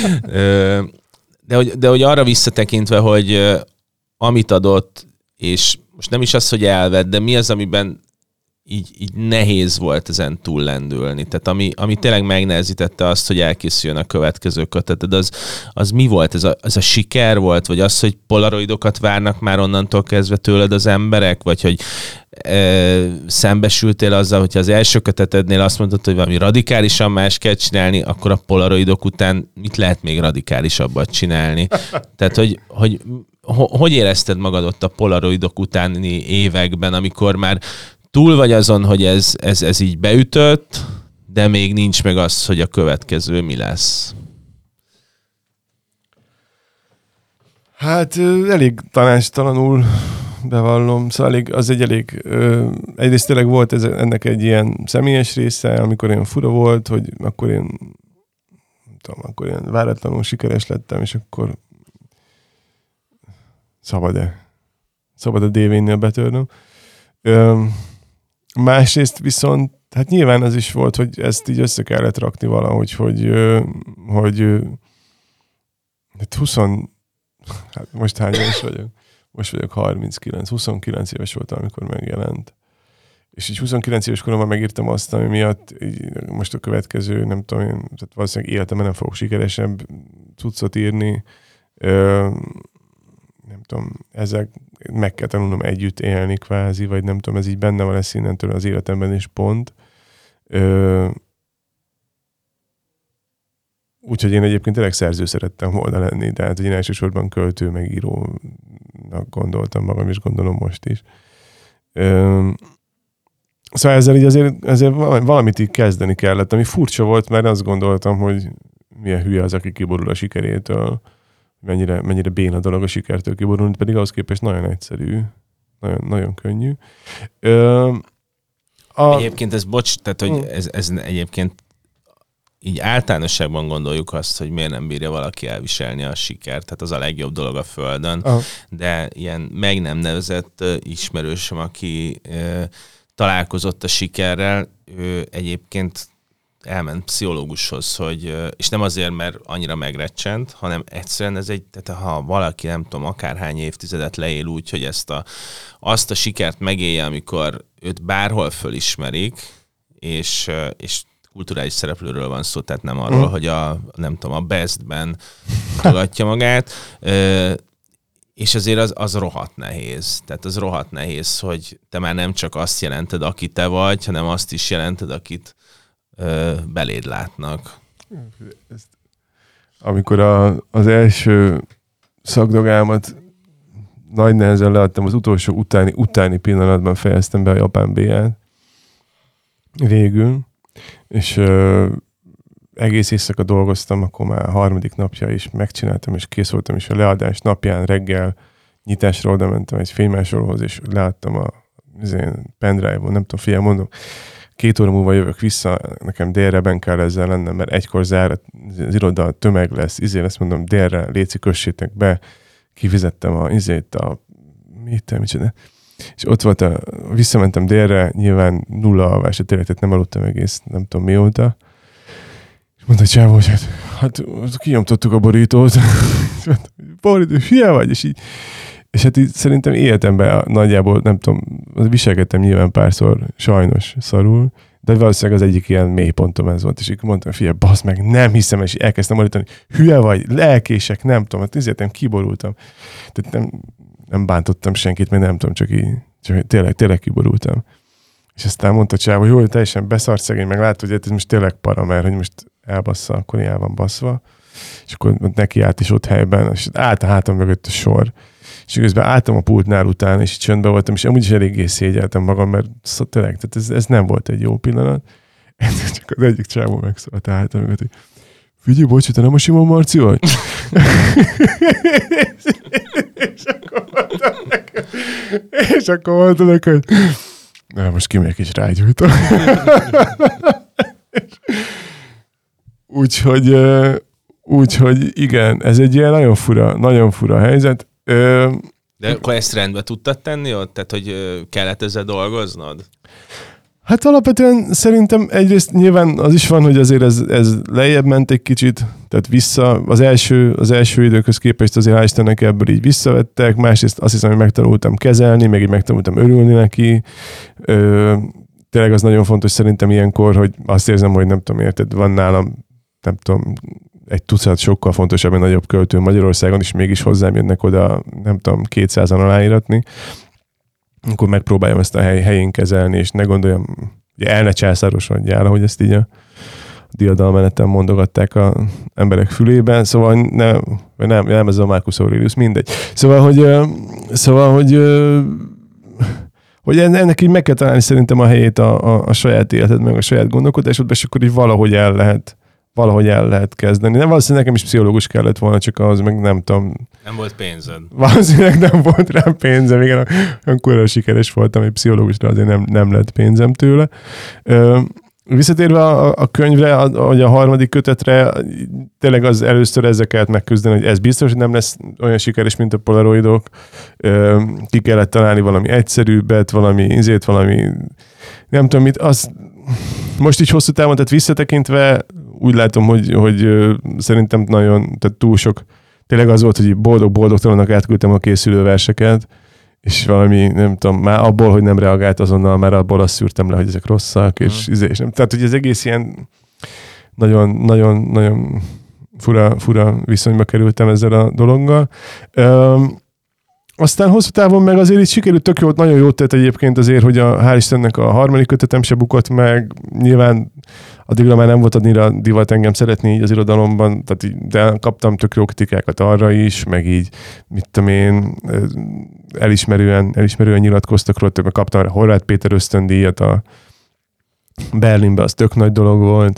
De hogy, de hogy arra visszatekintve, hogy amit adott, és most nem is az, hogy elvett, de mi az, amiben így, így nehéz volt ezen túllendülni. Tehát ami, ami tényleg megnehezítette azt, hogy elkészüljön a következő köteted, az, az mi volt? Ez a, ez a siker volt? Vagy az, hogy polaroidokat várnak már onnantól kezdve tőled az emberek? Vagy hogy e, szembesültél azzal, hogyha az első kötetednél azt mondtad, hogy valami radikálisan más kell csinálni, akkor a polaroidok után mit lehet még radikálisabbat csinálni? Tehát, hogy, hogy hogy érezted magad ott a polaroidok utáni években, amikor már túl vagy azon, hogy ez, ez, ez így beütött, de még nincs meg az, hogy a következő mi lesz? Hát elég tanácstalanul bevallom, szóval elég, az egy elég, ö, egyrészt tényleg volt ez, ennek egy ilyen személyes része, amikor ilyen fura volt, hogy akkor én, nem tudom, akkor én váratlanul sikeres lettem, és akkor szabad-e? Szabad a dé vé-nél betörnöm. Ö, másrészt viszont, hát nyilván az is volt, hogy ezt így össze kellett rakni valahogy, hogy, hogy hát húsz, hát most hány éves vagyok? Most vagyok harminckilenc, huszonkilenc éves voltam, amikor megjelent. És így huszonkilenc éves koromban megírtam azt, ami miatt így most a következő, nem tudom én, tehát valószínűleg életemben nem fogok sikeresebb cuccot írni. Ö, nem tudom, ezek meg kell tanulnom együtt élni kvázi, vagy nem tudom, ez így benne van lesz innentől az életemben is pont. Ö, úgyhogy én egyébként tényleg szerző szerettem volna lenni, de hát én elsősorban költő, meg írónak gondoltam magam, és gondolom most is. Ö, szóval ezzel így azért, azért valamit így kezdeni kellett, ami furcsa volt, mert azt gondoltam, hogy milyen hülye az, aki kiborul a sikerétől, mennyire, mennyire béna dolog a sikertől kiborulni, pedig ahhoz képest nagyon egyszerű, nagyon, nagyon könnyű. Ö, a... Egyébként ez, bocs, tehát hogy ez, ez egyébként így általánosságban gondoljuk azt, hogy miért nem bírja valaki elviselni a sikert, tehát az a legjobb dolog a Földön, Aha. de ilyen meg nem nevezett uh, ismerősöm, aki uh, találkozott a sikerrel, ő egyébként elment pszichológushoz, hogy, és nem azért, mert annyira megrecsent, hanem egyszerűen ez egy, tehát ha valaki nem tudom, akárhány évtizedet leél úgy, hogy ezt a, azt a sikert megélje, amikor őt bárhol fölismerik, és, és kulturális szereplőről van szó, tehát nem arról, mm. hogy a, nem tudom, a Bestben mutogatja magát, és azért az, az rohadt nehéz. Tehát az rohadt nehéz, hogy te már nem csak azt jelented, aki te vagy, hanem azt is jelented, akit beléd látnak. Amikor a, az első szakdogámat nagy nehezen leadtam, az utolsó utáni, utáni pillanatban fejeztem be a japán bé-ját. Végül. És ö, egész éjszaka dolgoztam, akkor már a harmadik napja is megcsináltam, és kész voltam, és a leadás napján reggel nyitásra oda mentem egy fénymásolóhoz, és leadtam a pendrive-on, nem tudom, figyelj, mondom, két óra múlva jövök vissza, nekem délre benn kell ezzel lennem, mert egykor zár, az iroda tömeg lesz, izé, ezt mondom, délre, léci, kössétek be, kifizettem a izét, a mit, micsoda. És ott volt, a, visszamentem délre, nyilván nulla alvás, tényleg, tehát nem aludtam egész, nem tudom mióta. És mondta, csávó, hogy hát, hát kinyomtottuk a borítót. Borító, hülye vagy? És így, és hát így szerintem életemben nagyjából, nem tudom, viselkedtem nyilván párszor sajnos szarul, de valószínűleg az egyik ilyen mélypontom ez volt, és így mondtam, figyelj, bassz meg, nem hiszem, és elkezdtem borítani, hülye vagy, lelkések, nem tudom, hát ezért nem kiborultam. Tehát nem, nem bántottam senkit, mert nem tudom, csak így, csak tényleg, tényleg kiborultam. És aztán mondta csáv, hogy jó, teljesen beszart szegény, meg látod, hogy ez most tényleg para, mert hogy most elbassza, akkor el van baszva. És akkor neki állt is ott helyben, és állt a hátam mögött a sor. És közben álltam a pultnál után, és csöndben voltam, és amúgy is eléggé szégyeltem magam, mert szó, tényleg, tehát ez, ez nem volt egy jó pillanat. Csak az egyik csávó megszólt a hátam mögött, hogy figyelj, bocs, te nem a Simon Marci vagy? és akkor mondtam neki, és akkor mondtam neki, hogy na, most kimegyek és rágyújtom. Úgyhogy, úgyhogy igen, ez egy ilyen nagyon fura, nagyon fura helyzet. De De akkor ezt rendbe tudtad tenni ott? Tehát, hogy kellett ezzel dolgoznod? Hát alapvetően szerintem egyrészt nyilván az is van, hogy azért ez, ez lejjebb ment egy kicsit, tehát vissza, az első, az első időkhöz képest azért hál' Istennek ebből így visszavettek, másrészt azt hiszem, hogy megtanultam kezelni, meg így megtanultam örülni neki. Ö, tényleg az nagyon fontos szerintem ilyenkor, hogy azt érzem, hogy nem tudom, érted, van nálam, nem tudom, egy tucat sokkal fontosabb, egy nagyobb költő Magyarországon, és mégis hozzám jönnek oda, nem tudom, kétszázan aláíratni. Akkor megpróbáljam ezt a hely, helyén kezelni, és ne gondoljam, ugye el ne császárosodjál, ahogy ezt így a diadalmeneten mondogatták az emberek fülében, szóval ne, nem, nem ez a Marcus Aurelius, mindegy. Szóval, hogy, szóval, hogy, hogy ennek így meg kell találni szerintem a helyét a, a, a saját életed, meg a saját gondolkodásodban, és akkor így valahogy el lehet valahogy el lehet kezdeni. Nem, valószínűleg nekem is pszichológus kellett volna, csak az meg nem tudom. Nem volt pénzed. Valószínűleg nem volt rá pénzem. Igen, akkor sikeres voltam, egy pszichológusra azért nem, nem lett pénzem tőle. Ö, visszatérve a, a könyvre, a, a harmadik kötetre, tényleg az először ezzel kellett megküzdeni, hogy ez biztos, hogy nem lesz olyan sikeres, mint a polaroidok. Ö, ki kellett találni valami egyszerűbbet, valami izét, valami nem tudom mit. Az, most így hosszú távon, tehát visszatekintve úgy látom, hogy, hogy szerintem nagyon, tehát túl sok, tényleg az volt, hogy boldog-boldogtalannak átküldtem a készülő verseket, és valami, nem tudom, már abból, hogy nem reagált azonnal, már abból azt szűrtem le, hogy ezek rosszak, és, mm. és nem. Tehát, hogy az egész ilyen nagyon, nagyon, nagyon fura, fura viszonyba kerültem ezzel a dologgal. Üm, Aztán hosszú távon meg azért így sikerült, tök jó, nagyon jót tett egyébként azért, hogy a, hál' Istennek a harmadik kötetem se bukott meg. Nyilván addigra már nem volt annyira divat engem szeretni így az irodalomban, tehát így, de kaptam tök jó kritikákat arra is, meg így, mit tudom én, elismerően, elismerően nyilatkoztak róla, meg kaptam arra Horváth Péter ösztöndíjat a Berlinbe, az tök nagy dolog volt.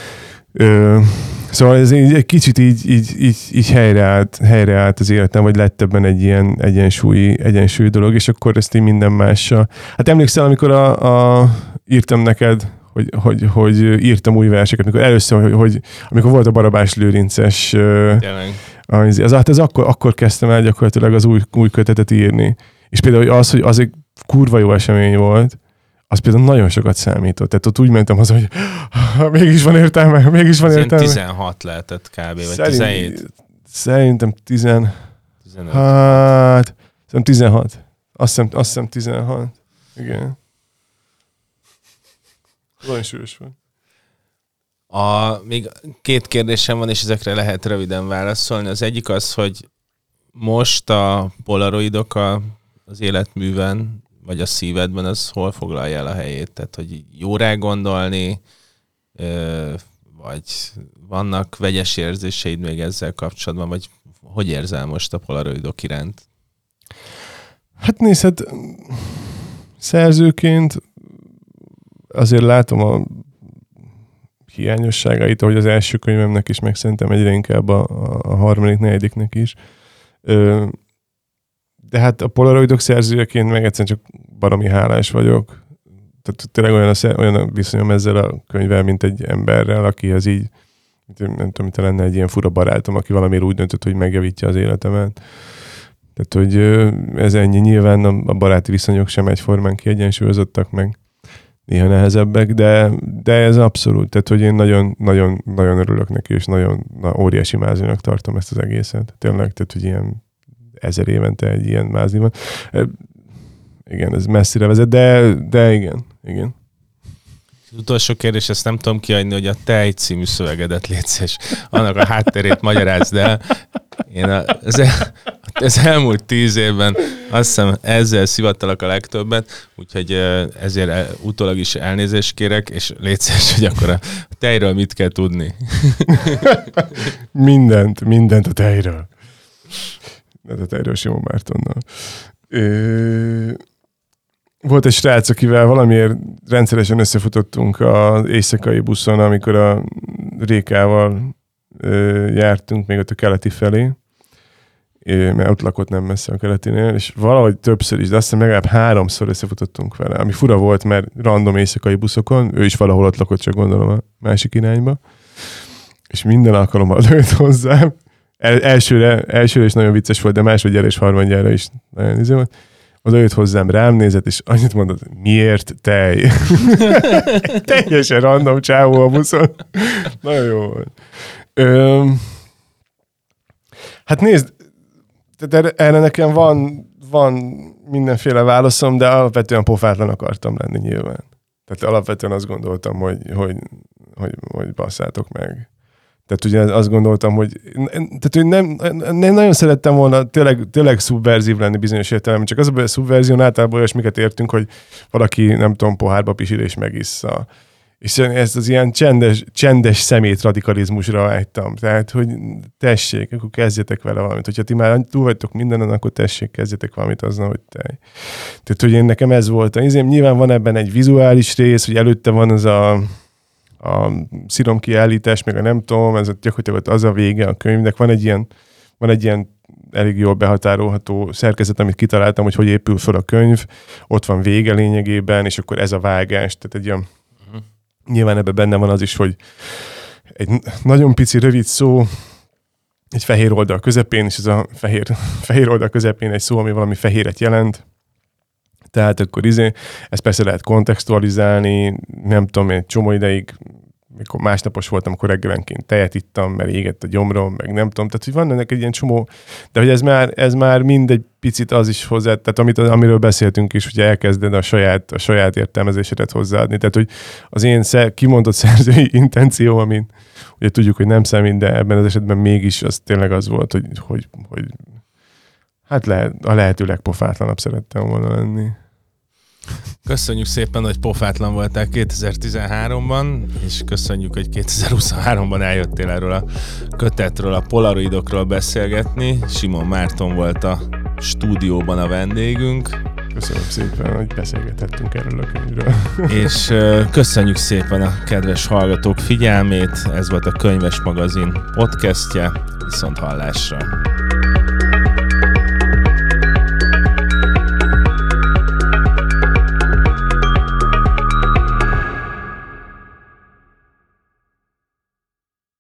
Ö, Szóval ez így, egy kicsit így, így, így, így helyreállt, helyreállt az életem, vagy lett ebben egy ilyen egyensúlyi, egyensúlyi dolog, és akkor ezt így minden mással. Hát emlékszel, amikor a, a, írtam neked, hogy, hogy, hogy írtam új verseket, amikor először, hogy, hogy amikor volt a Barabás Lőrinces, az, az, hát ez akkor, akkor kezdtem el gyakorlatilag az új, új kötetet írni. És például az, hogy az egy kurva jó esemény volt, az például nagyon sokat számított. Tehát ott úgy mentem az, hogy mégis van értelme, mégis van értelme. tizenhat lehetett kb. Vagy Szerint, tizenhét? Szerintem tizen... tizenöt. Hát... Szerintem tizenhat. Azt hiszem, azt hiszem tizenhat. Igen. Nagyon sűrűs van. A, még két kérdésem van, és ezekre lehet röviden válaszolni. Az egyik az, hogy most a polaroidok a, az életműven, vagy a szívedben, az hol foglalja el a helyét? Tehát, hogy jó rá gondolni, vagy vannak vegyes érzéseid még ezzel kapcsolatban, vagy hogy érzel most a polaroidok iránt? Hát nézd, hát szerzőként azért látom a hiányosságait, ahogy az első könyvemnek is, meg szerintem egyre inkább a, a harmadik, negyediknek is. De hát a polaroidok szerzőjeként meg egyszerűen csak baromi hálás vagyok. Tehát tényleg olyan a, olyan a viszonyom ezzel a könyvvel, mint egy emberrel, akihez így, nem tudom, mint lenne egy ilyen fura barátom, aki valamiért úgy döntött, hogy megjavítja az életemet. Tehát, hogy ez ennyi. Nyilván a baráti viszonyok sem egyformán kiegyensúlyozottak, meg néha nehezebbek, de, de ez abszolút. Tehát, hogy én nagyon, nagyon, nagyon örülök neki, és nagyon na, óriási mázinak tartom ezt az egészet. Tényleg, tehát, hogy ilyen ezer évente egy ilyen mázi van. Igen, ez messzire vezet, de, de igen, igen. Az utolsó kérdés, ezt nem tudom kiadni, hogy a Tej című szövegedet létsz, és annak a hátterét magyarázd el. Én az, el, az elmúlt tíz évben azt hiszem ezzel szivattalak a legtöbbet, úgyhogy ezért utólag is elnézést kérek, és létszés, hogy akkor a tejről mit kell tudni. mindent, mindent a tejről. De a tejről Simon Mártonnal. Ö... Volt egy srác, akivel valamiért rendszeresen összefutottunk az éjszakai buszon, amikor a Rékával ö, jártunk még ott a keleti felé, ö, mert ott lakott nem messze a keletinél, és valahogy többször is, de azt hiszem legalább háromszor összefutottunk vele, ami fura volt, mert random éjszakai buszokon, ő is valahol ott lakott, csak gondolom a másik irányba, és minden alkalommal lőtt hozzám, El, elsőre, elsőre is nagyon vicces volt, de másodjára és harmadjára is nagyon izé volt. Oda jött hozzám, rám nézett, és annyit mondott, miért tej? Teljesen random csávó a buszon. Nagyon jó volt. Ö, hát nézd, tehát erre nekem van, van mindenféle válaszom, de alapvetően pofátlan akartam lenni nyilván. Tehát alapvetően azt gondoltam, hogy, hogy, hogy, hogy basszátok meg. Tehát ugye azt gondoltam, hogy, tehát, hogy nem, nem nagyon szerettem volna tényleg, tényleg szubverzív lenni bizonyos értelemben, csak az a szubverzión általában olyasmiket értünk, hogy valaki, nem tudom, pohárba pisil és megissza. És ezt az ilyen csendes, csendes szemét radikalizmusra vágytam. Tehát, hogy tessék, akkor kezdjetek vele valamit. Hogyha ti már túl vagytok mindenen, akkor tessék, kezdjetek valamit azon, hogy te. Tehát, hogy én nekem ez volt. Én nyilván van ebben egy vizuális rész, hogy előtte van az a, a sziromkiállítás, meg a nem tudom, ez gyakorlatilag az a vége a könyvnek. Van egy ilyen, van egy ilyen elég jól behatárolható szerkezet, amit kitaláltam, hogy hogy épül fel a könyv. Ott van vége lényegében, és akkor ez a vágás. Tehát egy ilyen nyilván ebben benne van az is, hogy egy nagyon pici, rövid szó, egy fehér oldal közepén, és ez a fehér, fehér oldal közepén egy szó, ami valami fehéret jelent. Tehát akkor izé, ezt persze lehet kontextualizálni, nem tudom, egy csomó ideig, mikor másnapos voltam, akkor reggelenként tejet ittam, mert égett a gyomrom, meg nem tudom. Tehát, hogy van ennek egy ilyen csomó, de hogy ez már, ez már mindegy picit az is hozzá, tehát amit, amiről beszéltünk is, hogy elkezded a saját, a saját értelmezésedet hozzáadni. Tehát, hogy az én szer, kimondott szerzői intenció, amin ugye tudjuk, hogy nem számít, de ebben az esetben mégis az tényleg az volt, hogy, hogy, hogy hát lehet, a lehető legpofátlanabb szerettem volna lenni. Köszönjük szépen, hogy pofátlan voltál kétezer-tizenháromban, és köszönjük, hogy kétezer-huszonháromban eljöttél erről a kötetről, a polaroidokról beszélgetni. Simon Márton volt a stúdióban a vendégünk. Köszönöm szépen, hogy beszélgethettünk erről a könyvről. És uh, köszönjük szépen a kedves hallgatók figyelmét. Ez volt a Könyves Magazin podcastje. Viszont hallásra.